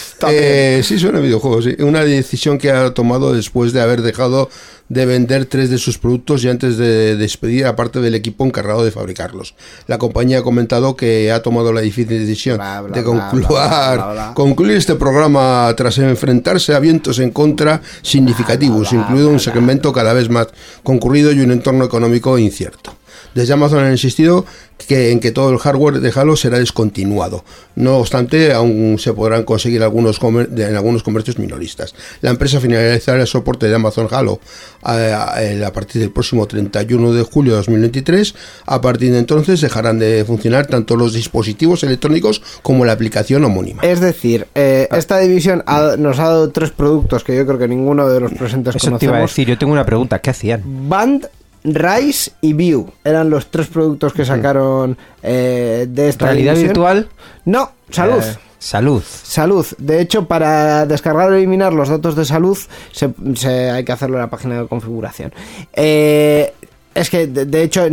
eh, sí, suena un videojuego, sí. Una decisión que ha tomado después de haber dejado de vender tres de sus productos y antes de despedir a parte del equipo encargado de fabricarlos. La compañía ha comentado que ha tomado la difícil decisión bla, bla, de concluir, bla, bla, bla, bla. concluir este programa tras enfrentarse a vientos en contra significativos, bla, bla, incluido un segmento cada vez más concurrido y un entorno económico incierto. Desde Amazon han insistido que en que todo el hardware de Halo será descontinuado. No obstante, aún se podrán conseguir algunos comer- en algunos comercios minoristas. La empresa finalizará el soporte de Amazon Halo a, a, a partir del próximo treinta y uno de julio de dos mil veintitrés. A partir de entonces dejarán de funcionar tanto los dispositivos electrónicos como la aplicación homónima. Es decir, eh, esta división ha, nos ha dado tres productos que yo creo que ninguno de los presentes Eso conocemos. te iba a decir, yo tengo una pregunta, ¿qué hacían? Band, Rise y View eran los tres productos que sacaron eh, de esta ¿Realidad división. virtual? No, salud. Eh, salud. Salud. De hecho, para descargar o eliminar los datos de salud se, se, hay que hacerlo en la página de configuración. Eh... Es que, de, de hecho,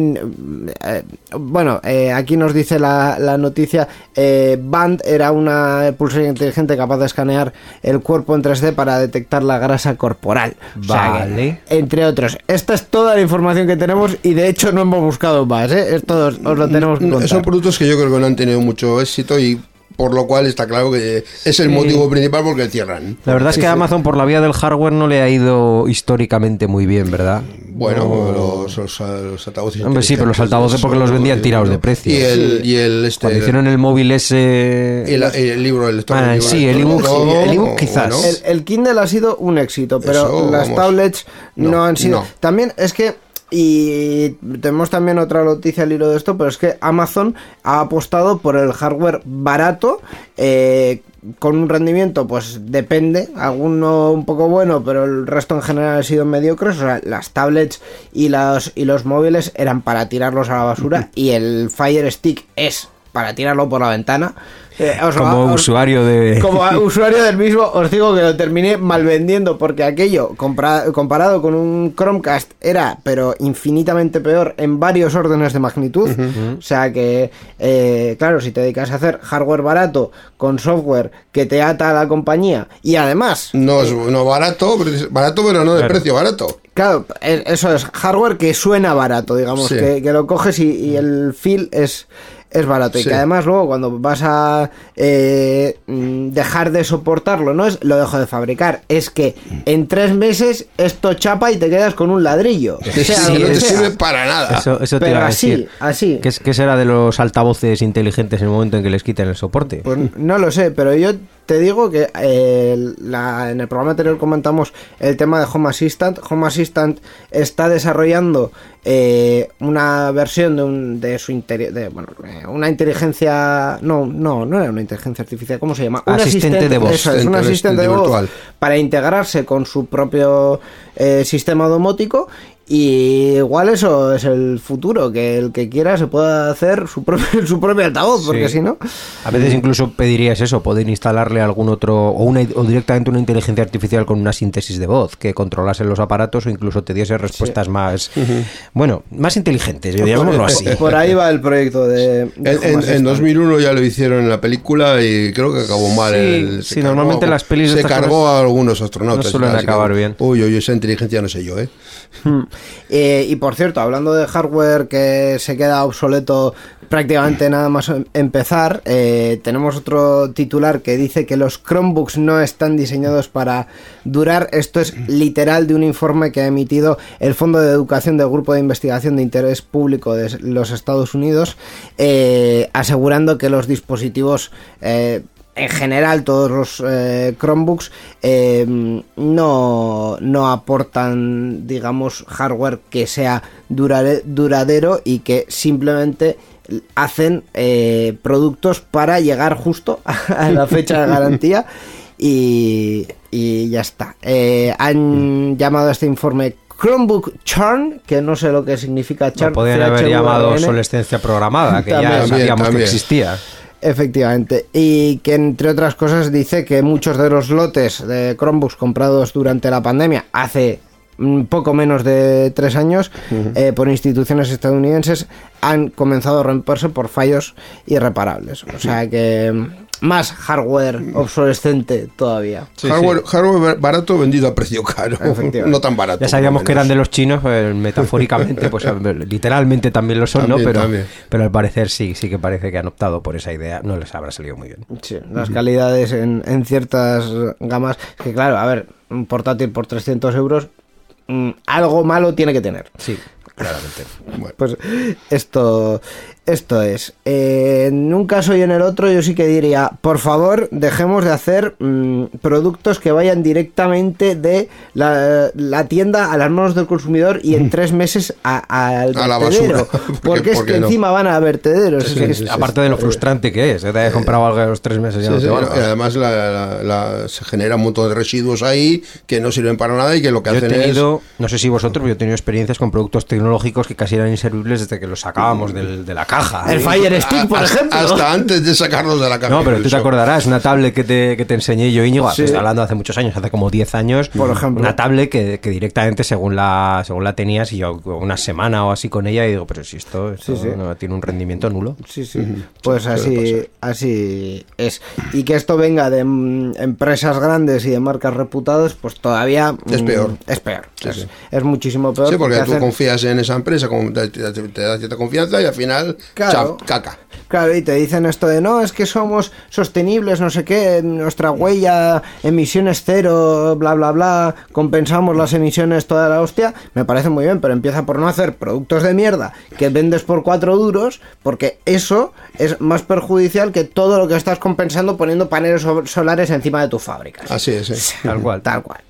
eh, bueno, eh, aquí nos dice la, la noticia, eh, Band era una pulsera inteligente capaz de escanear el cuerpo en tres D para detectar la grasa corporal. Vale. O sea que, entre otros. Esta es toda la información que tenemos y, de hecho, no hemos buscado más, ¿eh? Esto os, os lo tenemos que contar. Son productos que yo creo que no han tenido mucho éxito y... por lo cual está claro que es el sí. motivo principal por el que cierran. La verdad es que a Amazon por la vía del hardware no le ha ido históricamente muy bien, ¿verdad? Bueno, no... los, los, los altavoces. Hombre, sí, pero los altavoces porque los vendían tirados de precio. Y el, y el este. Cuando hicieron el móvil ese. El, el libro electrónico. Ah, sí, el ebook, no, el ebook quizás. Bueno. El, el Kindle ha sido un éxito, pero Eso, las vamos. tablets no, No, han sido. no. También es que. Y tenemos también otra noticia al hilo de esto, pero es que Amazon ha apostado por el hardware barato, eh, con un rendimiento, pues depende, alguno un poco bueno, pero el resto en general ha sido mediocres. O sea, las tablets y los, y los móviles eran para tirarlos a la basura y el Fire Stick es para tirarlo por la ventana. Eh, os, como os, usuario de... Como usuario del mismo, os digo que lo terminé mal vendiendo porque aquello, compra, comparado con un Chromecast, era pero infinitamente peor en varios órdenes de magnitud. Uh-huh. O sea que, eh, claro, si te dedicas a hacer hardware barato con software que te ata a la compañía y además... No es no barato, barato pero no de claro. precio barato. Claro, eso es hardware que suena barato, digamos, sí. que, que lo coges y, y el feel es... es barato y sí. que además luego cuando vas a eh, dejar de soportarlo, no es lo dejo de fabricar, es que en tres meses esto chapa y te quedas con un ladrillo. Sí, o sea, sí, no te sea. sirve para nada. Eso, eso te Pero iba a así, decir. así. ¿Qué, ¿Qué será de los altavoces inteligentes en el momento en que les quiten el soporte? Pues no lo sé, pero yo te digo que eh, la, en el programa anterior comentamos el tema de Home Assistant. Home Assistant está desarrollando eh, una versión de, un, de su interior, de, bueno, eh, una inteligencia, no, no, no era una inteligencia artificial, ¿cómo se llama? Un asistente, asistente de voz. Eso es, un asistente de voz virtual para integrarse con su propio eh, sistema domótico. Y igual eso es el futuro, que el que quiera se pueda hacer su propio, su propio altavoz, porque sí. si no... A veces incluso pedirías eso, poder instalarle algún otro, o, una, o directamente una inteligencia artificial con una síntesis de voz, que controlase los aparatos o incluso te diese respuestas sí. más, uh-huh. bueno, más inteligentes, digámoslo así. Por ahí va el proyecto de... de en, en, en dos mil uno ya lo hicieron en la película y creo que acabó mal. Sí, el, sí normalmente cargó, las pelis... Se cargó a algunos astronautas. No suelen acabar que, bien. Uy, uy, esa inteligencia no sé yo, ¿eh? Hmm. Eh, y por cierto, hablando de hardware que se queda obsoleto prácticamente nada más empezar, eh, tenemos otro titular que dice que los Chromebooks no están diseñados para durar. Esto es literal de un informe que ha emitido el Fondo de Educación del Grupo de Investigación de Interés Público de los Estados Unidos, eh, asegurando que los dispositivos... Eh, en general todos los eh, Chromebooks eh, no, no aportan, digamos, hardware que sea durare- duradero y que simplemente hacen eh, productos para llegar justo a la fecha de garantía y, y ya está. Eh, han llamado a este informe Chromebook Churn, que no sé lo que significa churn. Lo podrían haber llamado obsolescencia programada, que También. ya sabíamos También, que también. Eh, existía. Efectivamente, y que entre otras cosas dice que muchos de los lotes de Chromebooks comprados durante la pandemia hace un poco menos de tres años uh-huh. eh, por instituciones estadounidenses han comenzado a romperse por fallos irreparables. O sea que más hardware obsolescente todavía. Sí, hardware, sí. hardware barato vendido a precio caro, no tan barato. Ya sabíamos que eran de los chinos, pues, metafóricamente, pues literalmente también lo son, también, ¿no? Pero, también. pero al parecer sí, sí que parece que han optado por esa idea. No les habrá salido muy bien. Sí, las uh-huh. calidades en, en ciertas gamas, que claro, a ver, un portátil por trescientos euros, mmm, algo malo tiene que tener. Sí, claramente. Bueno. Pues esto, esto es. Eh, en un caso y en el otro yo sí que diría, por favor, dejemos de hacer mmm, productos que vayan directamente de la, la tienda a las manos del consumidor y en tres meses a, a, al a la vertedero. basura. Porque es que no? encima van a vertederos. Sí, es que sí, es, aparte de lo frustrante que es, te hayas comprado algo a los tres meses. Ya sí, no sí, te no, y además la, la, la, se genera un montón de residuos ahí que no sirven para nada y que lo que yo hacen he tenido, es... no sé si vosotros, yo he tenido experiencias con productos tecnológicos que casi eran inservibles desde que los sacábamos del, de la caja. El Fire Stick, por hasta, ejemplo. Hasta antes de sacarlos de la caja. No, pero tú te acordarás, una tablet que te, que te enseñé yo, Íñigo, sí. estoy hablando hace muchos años, hace como diez años, por ejemplo. Una tablet que, que directamente según la según la tenías y yo una semana o así con ella y digo, pero si esto, esto sí, sí. No, tiene un rendimiento nulo. Sí, sí. Uh-huh. Pues así, así es. Y que esto venga de m- empresas grandes y de marcas reputadas, pues todavía es peor. Es peor. Sí, es, sí. es muchísimo peor. Sí, porque, porque tú hacen... confías en esa empresa, te, te, te da cierta confianza y al final, claro, chap, caca. Claro, y te dicen esto de no, es que somos sostenibles, no sé qué, nuestra huella, emisiones cero, bla, bla, bla, compensamos las emisiones, toda la hostia. Me parece muy bien, pero empieza por no hacer productos de mierda que vendes por cuatro duros, porque eso es más perjudicial que todo lo que estás compensando poniendo paneles solares encima de tus fábricas. Así es, sí. Tal cual. Tal cual.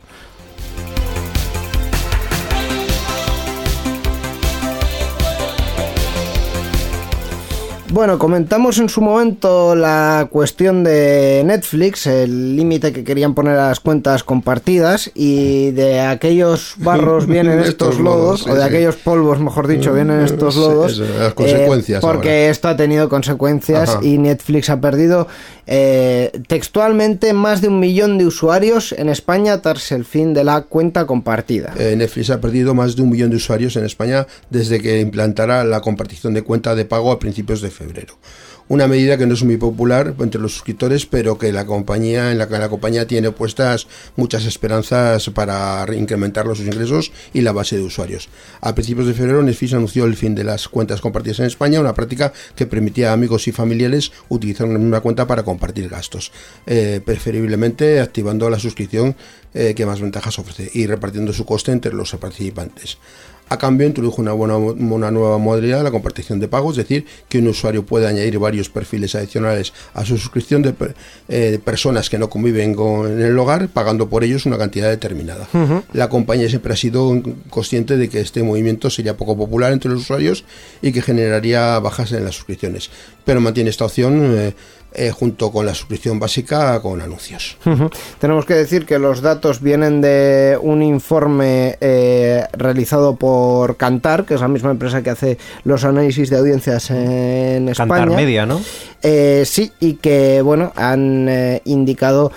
Bueno, comentamos en su momento la cuestión de Netflix, el límite que querían poner a las cuentas compartidas, y de aquellos barros vienen estos, estos lodos, lodos sí, o de sí. aquellos polvos, mejor dicho, vienen estos lodos. Sí, las consecuencias. Eh, porque ahora. esto ha tenido consecuencias. Ajá. Y Netflix ha perdido eh, textualmente más de un millón de usuarios en España tras el fin de la cuenta compartida. Eh, Netflix ha perdido más de un millón de usuarios en España desde que implantara la compartición de cuenta de pago a principios de febrero. Una medida que no es muy popular entre los suscriptores, pero que la compañía en la que la compañía tiene puestas muchas esperanzas para incrementar los ingresos y la base de usuarios. A principios de febrero, Netflix anunció el fin de las cuentas compartidas en España, una práctica que permitía a amigos y familiares utilizar una misma cuenta para compartir gastos, eh, preferiblemente activando la suscripción eh, que más ventajas ofrece y repartiendo su coste entre los participantes. A cambio, introdujo una, buena, una nueva modalidad, la compartición de pagos, es decir, que un usuario puede añadir varios perfiles adicionales a su suscripción de, eh, de personas que no conviven con, en el hogar, pagando por ellos una cantidad determinada. Uh-huh. La compañía siempre ha sido consciente de que este movimiento sería poco popular entre los usuarios y que generaría bajas en las suscripciones, pero mantiene esta opción eh, Eh, junto con la suscripción básica con anuncios. Uh-huh. Tenemos que decir que los datos vienen de un informe eh, realizado por Kantar, que es la misma empresa que hace los análisis de audiencias en España. Kantar Media, ¿no? Eh, sí, y que bueno, han eh, indicado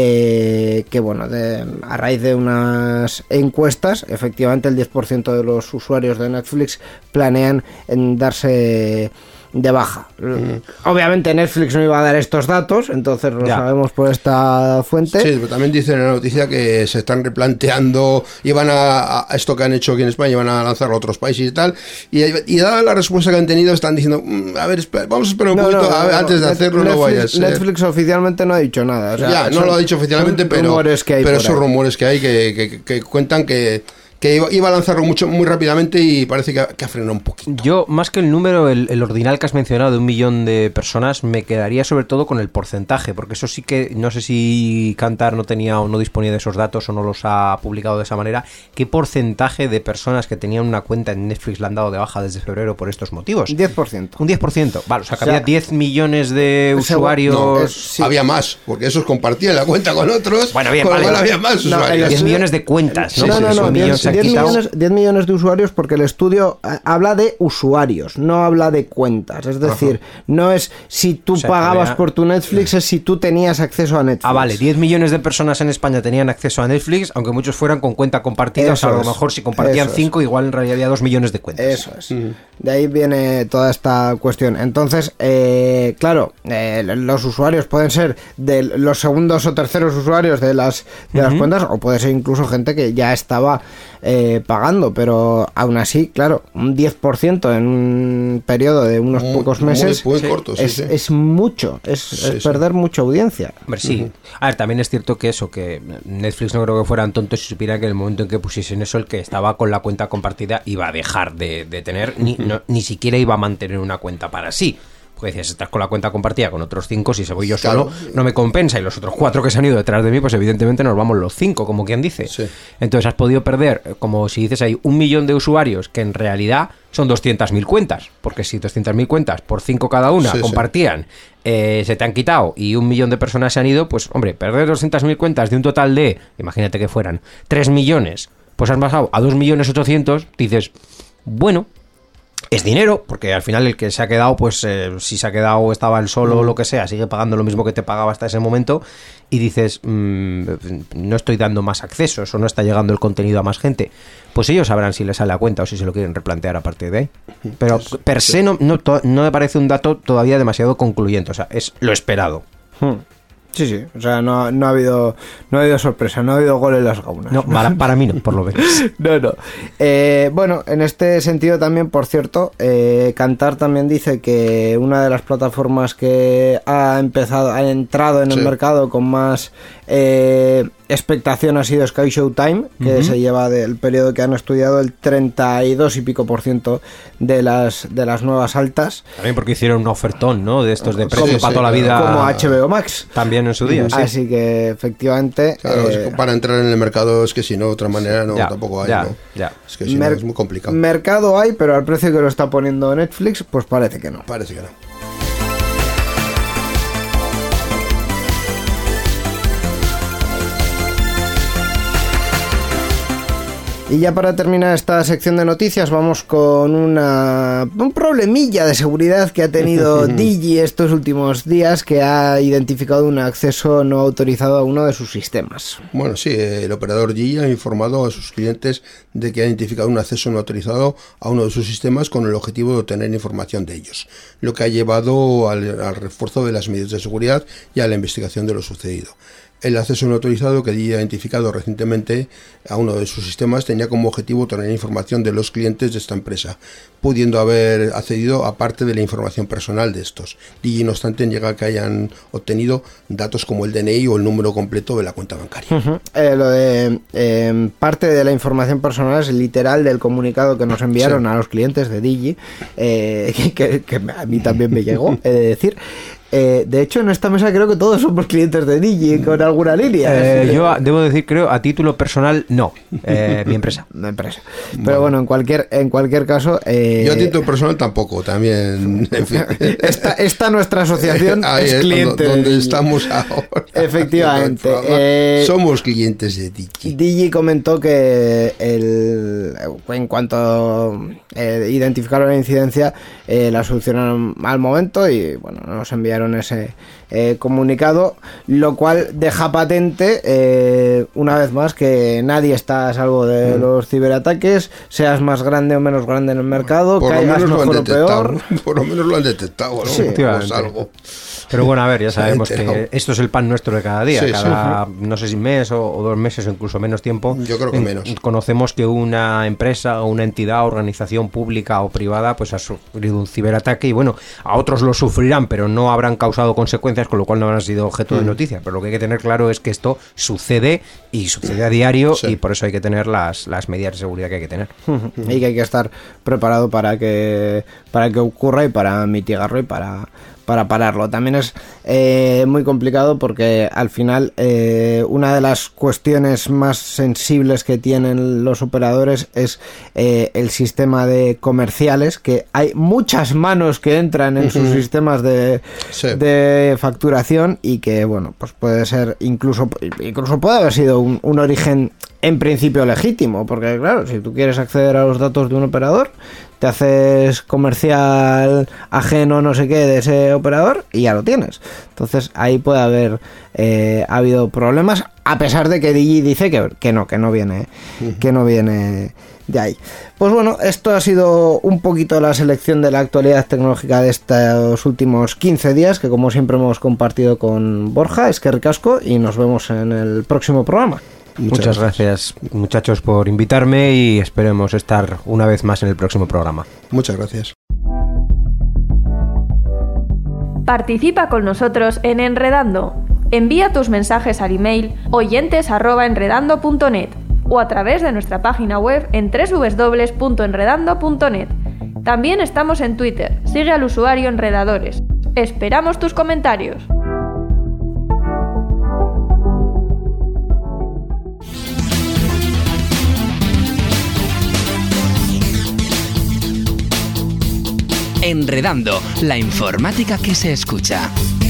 eh, que bueno, de, a raíz de unas encuestas, efectivamente el diez por ciento de los usuarios de Netflix planean en darse de baja. Mm. Obviamente Netflix no iba a dar estos datos, entonces lo ya. sabemos por esta fuente. Sí, pero también dicen en la noticia que se están replanteando y van a, a esto que han hecho aquí en España, van a lanzarlo a otros países y tal, y, y dada la respuesta que han tenido, están diciendo, mmm, a ver, espera, vamos a esperar un no, poquito no, a ver, no, antes de hacerlo, Netflix, no vaya a ser. Netflix oficialmente no ha dicho nada. O sea, ya, no lo ha dicho oficialmente, pero, rumores que hay pero por esos ahí. rumores que hay que, que, que cuentan que que iba, iba a lanzarlo mucho muy rápidamente y parece que ha, que ha frenado un poquito. Yo, más que el número, el, el ordinal que has mencionado de un millón de personas, me quedaría sobre todo con el porcentaje, porque eso sí que no sé si Kantar no tenía o no disponía de esos datos o no los ha publicado de esa manera. ¿Qué porcentaje de personas que tenían una cuenta en Netflix la han dado de baja desde febrero por estos motivos? diez por ciento. Un diez por ciento. Vale, o sea que O sea, había diez millones de usuarios. No, es- sí. Había más, porque esos compartían la cuenta con otros. Bueno, bien, con lo vale. cual había más No, usuarios. el diez millones de cuentas, ¿no? no, no, Si no, un millón diez, se ha diez quitado. millones, diez millones de usuarios porque el estudio eh, habla de usuarios, no habla de cuentas. Es decir, no es si tú O sea, pagabas había- por tu Netflix, es si tú tenías acceso a Netflix. Ah, vale, diez millones de personas en España tenían acceso a Netflix, aunque muchos fueran con cuenta compartida. Eso O sea, a lo es, mejor si compartían eso es. cinco, igual en realidad había dos millones de cuentas. Eso es. De ahí viene toda esta cuestión. Entonces, eh, claro, eh, los usuarios pueden ser de los segundos o terceros usuarios de las, de las cuentas, o puede ser incluso gente que ya estaba eh, pagando, pero aún así, claro, un diez por ciento en un periodo de unos Muy- pocos muy- meses muy corto, sí, es, sí. es mucho, es, Sí, es sí. perder mucha audiencia. Hombre, sí. A ver, también es cierto que eso, que Netflix no creo que fueran tontos si supieran que en el momento en que pusiesen eso, el que estaba con la cuenta compartida iba a dejar de, de tener, ni, no- ni siquiera iba a mantener una cuenta para sí. Porque decías, estás con la cuenta compartida con otros cinco, si se voy yo Claro. solo, no me compensa. Y los otros cuatro que se han ido detrás de mí, pues evidentemente nos vamos los cinco, como quien dice. Sí. Entonces has podido perder, eh, como si dices ahí, un millón de usuarios, que en realidad son doscientas mil cuentas. Porque si doscientas mil cuentas por cinco cada una Sí, sí. compartían, eh, se te han quitado y un millón de personas se han ido, pues hombre, perder doscientas mil cuentas de un total de, imagínate que fueran tres millones, pues has bajado a dos millones ochocientos, dices, bueno, es dinero, porque al final el que se ha quedado, pues eh, si se ha quedado, estaba él solo o lo que sea, sigue pagando lo mismo que te pagaba hasta ese momento, y dices, mmm, no estoy dando más accesos o no está llegando el contenido a más gente. Pues ellos sabrán si les sale a cuenta o si se lo quieren replantear a partir de ahí. Pero per se no, no, to- no me parece un dato todavía demasiado concluyente, o sea, es lo esperado. Hmm. Sí, sí, o sea, no, no ha habido no ha habido sorpresa, no ha habido gol en las gaunas. No, para, para mí no, por lo menos. No, no. Eh, bueno, en este sentido también, por cierto, eh, Kantar también dice que una de las plataformas que ha empezado, ha entrado en el Sí. mercado con más eh, expectación ha sido Sky Showtime, que Ujú. se lleva del periodo que han estudiado el treinta y dos y pico por ciento de las de las nuevas altas, También porque hicieron un ofertón, ¿no? De estos de Sí, precio sí, para toda la claro. vida. como H B O Max. También en su día, sí. Así que efectivamente Claro, es eh, que para entrar en el mercado es que si no, de otra manera no, Ya, tampoco hay, ya, ¿no? ya. Es que si no, mer- es muy complicado. mercado hay, pero al precio que lo está poniendo Netflix, pues parece que no. Parece que no. Y ya para terminar esta sección de noticias vamos con una, un problemilla de seguridad que ha tenido Digi estos últimos días, que ha identificado un acceso no autorizado a uno de sus sistemas. Bueno, sí, el operador G I ha informado a sus clientes de que ha identificado un acceso no autorizado a uno de sus sistemas con el objetivo de obtener información de ellos, lo que ha llevado al, al refuerzo de las medidas de seguridad y a la investigación de lo sucedido. El acceso no autorizado que Digi ha identificado recientemente a uno de sus sistemas tenía como objetivo obtener información de los clientes de esta empresa, pudiendo haber accedido a parte de la información personal de estos. Digi, no obstante, niega que hayan obtenido datos como el D N I o el número completo de la cuenta bancaria. Uh-huh. Eh, lo de eh, parte de la información personal es literal del comunicado que nos enviaron Sí. a los clientes de Digi, eh, que, que a mí también me llegó, he de decir. Eh, de hecho, en esta mesa creo que todos somos clientes de Digi con alguna línea. Eh, yo a- debo decir, creo, a título personal, no. Eh, mi empresa. Una empresa. Pero bueno, en cualquier en cualquier caso... eh, Yo a título personal tampoco, también, en fin. esta, esta nuestra asociación Ahí es cliente donde, de Digi. estamos ahora. Efectivamente, En el programa. eh, Somos clientes de Digi. Digi comentó que el, en cuanto eh, identificaron la incidencia, eh, la solucionaron al momento y bueno, nos enviaron ese eh, comunicado, lo cual deja patente eh, una vez más que nadie está a salvo de los ciberataques, seas más grande o menos grande en el mercado, Por lo caigas menos lo han mejor o detectado. peor. Por lo menos lo han detectado, ¿no? Sí, Pues efectivamente. algo. Pero bueno, a ver, ya sabemos Se ha enterado. que esto es el pan nuestro de cada día. Sí, sí. cada, no sé si mes o, o dos meses o incluso menos tiempo. Yo creo que en- menos. Conocemos que una empresa o una entidad, organización pública o privada, pues ha sufrido un ciberataque y bueno, a otros lo sufrirán, pero no habrán han causado consecuencias, con lo cual no han sido objeto de noticia. Pero lo que hay que tener claro es que esto sucede y sucede a diario, sí. Y por eso hay que tener las, las medidas de seguridad que hay que tener. Y que hay que estar preparado para que, para que ocurra y para mitigarlo y para... para pararlo. También es eh, muy complicado porque al final eh, una de las cuestiones más sensibles que tienen los operadores es eh, el sistema de comerciales, que hay muchas manos que entran en uh-huh. sus sistemas de, sí. de facturación y que, bueno, pues puede ser incluso, incluso puede haber sido un, un origen en principio legítimo, porque claro, si tú quieres acceder a los datos de un operador, te haces comercial ajeno no sé qué de ese operador y ya lo tienes. Entonces ahí puede haber eh, ha habido problemas, a pesar de que Digi dice que, que no, que no viene, uh-huh. que no viene de ahí. Pues bueno, esto ha sido un poquito la selección de la actualidad tecnológica de estos últimos quince días, que como siempre hemos compartido con Borja. Es que ricasco y nos vemos en el próximo programa. Muchas, Muchas gracias, muchachos, por invitarme y esperemos estar una vez más en el próximo programa. Muchas gracias. Participa con nosotros en Enredando. Envía tus mensajes al email oyentes arroba enredando punto net o a través de nuestra página web en doble u doble u doble u punto enredando punto net. También estamos en Twitter. Sigue al usuario Enredadores. Esperamos tus comentarios. Enredando, la informática que se escucha.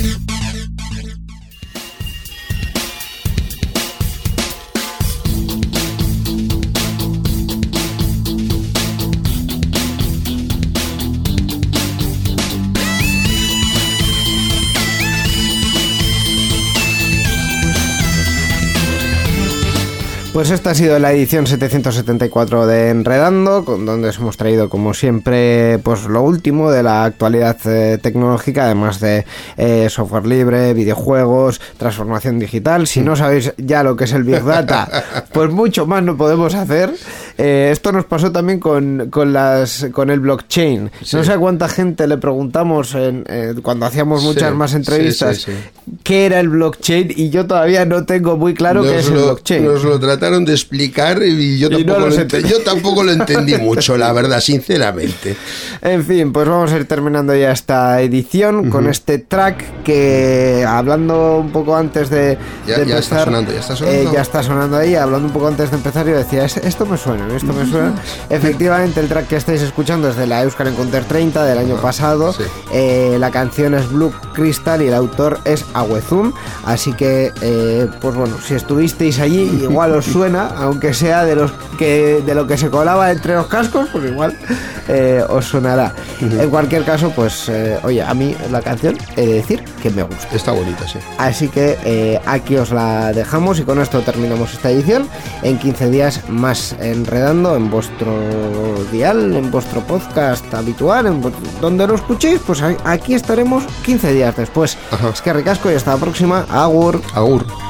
Pues esta ha sido la edición setecientos setenta y cuatro de Enredando, con donde os hemos traído, como siempre, pues lo último de la actualidad eh, tecnológica, además de eh, software libre, videojuegos, transformación digital. Si no sabéis ya lo que es el Big Data, pues mucho más no podemos hacer. Eh, esto nos pasó también con, con, las, con el blockchain. Sí. No sé a cuánta gente le preguntamos en, eh, cuando hacíamos muchas sí, más entrevistas sí, sí, sí. qué era el blockchain, y yo todavía no tengo muy claro nos qué es lo, el blockchain. Nos lo trataron de explicar y yo tampoco, y no lo, ent- yo tampoco lo entendí mucho, la verdad, sinceramente. En fin, pues vamos a ir terminando ya esta edición uh-huh. con este track que, hablando un poco antes de, ya, de ya empezar, está sonando, ya está sonando. Eh, ya está sonando ahí, hablando un poco antes de empezar, yo decía, esto me suena, esto me suena. Efectivamente, el track que estáis escuchando es de la Euskal Encounter treinta del año ah, pasado. Sí. Eh, la canción es Blue Crystal y el autor es Awezum. Así que, eh, pues bueno, si estuvisteis allí, igual os suena, aunque sea de los que de lo que se colaba entre los cascos, pues igual eh, os sonará. Uh-huh. En cualquier caso, pues eh, oye, a mí la canción he de decir que me gusta. Está bonita, sí. Así que eh, aquí os la dejamos y con esto terminamos esta edición. En quince días más Enredando en vuestro dial, en vuestro podcast habitual, en vu- donde lo escuchéis, pues aquí estaremos quince días después. Ajá. Es que ricasco y hasta la próxima. Agur. Agur.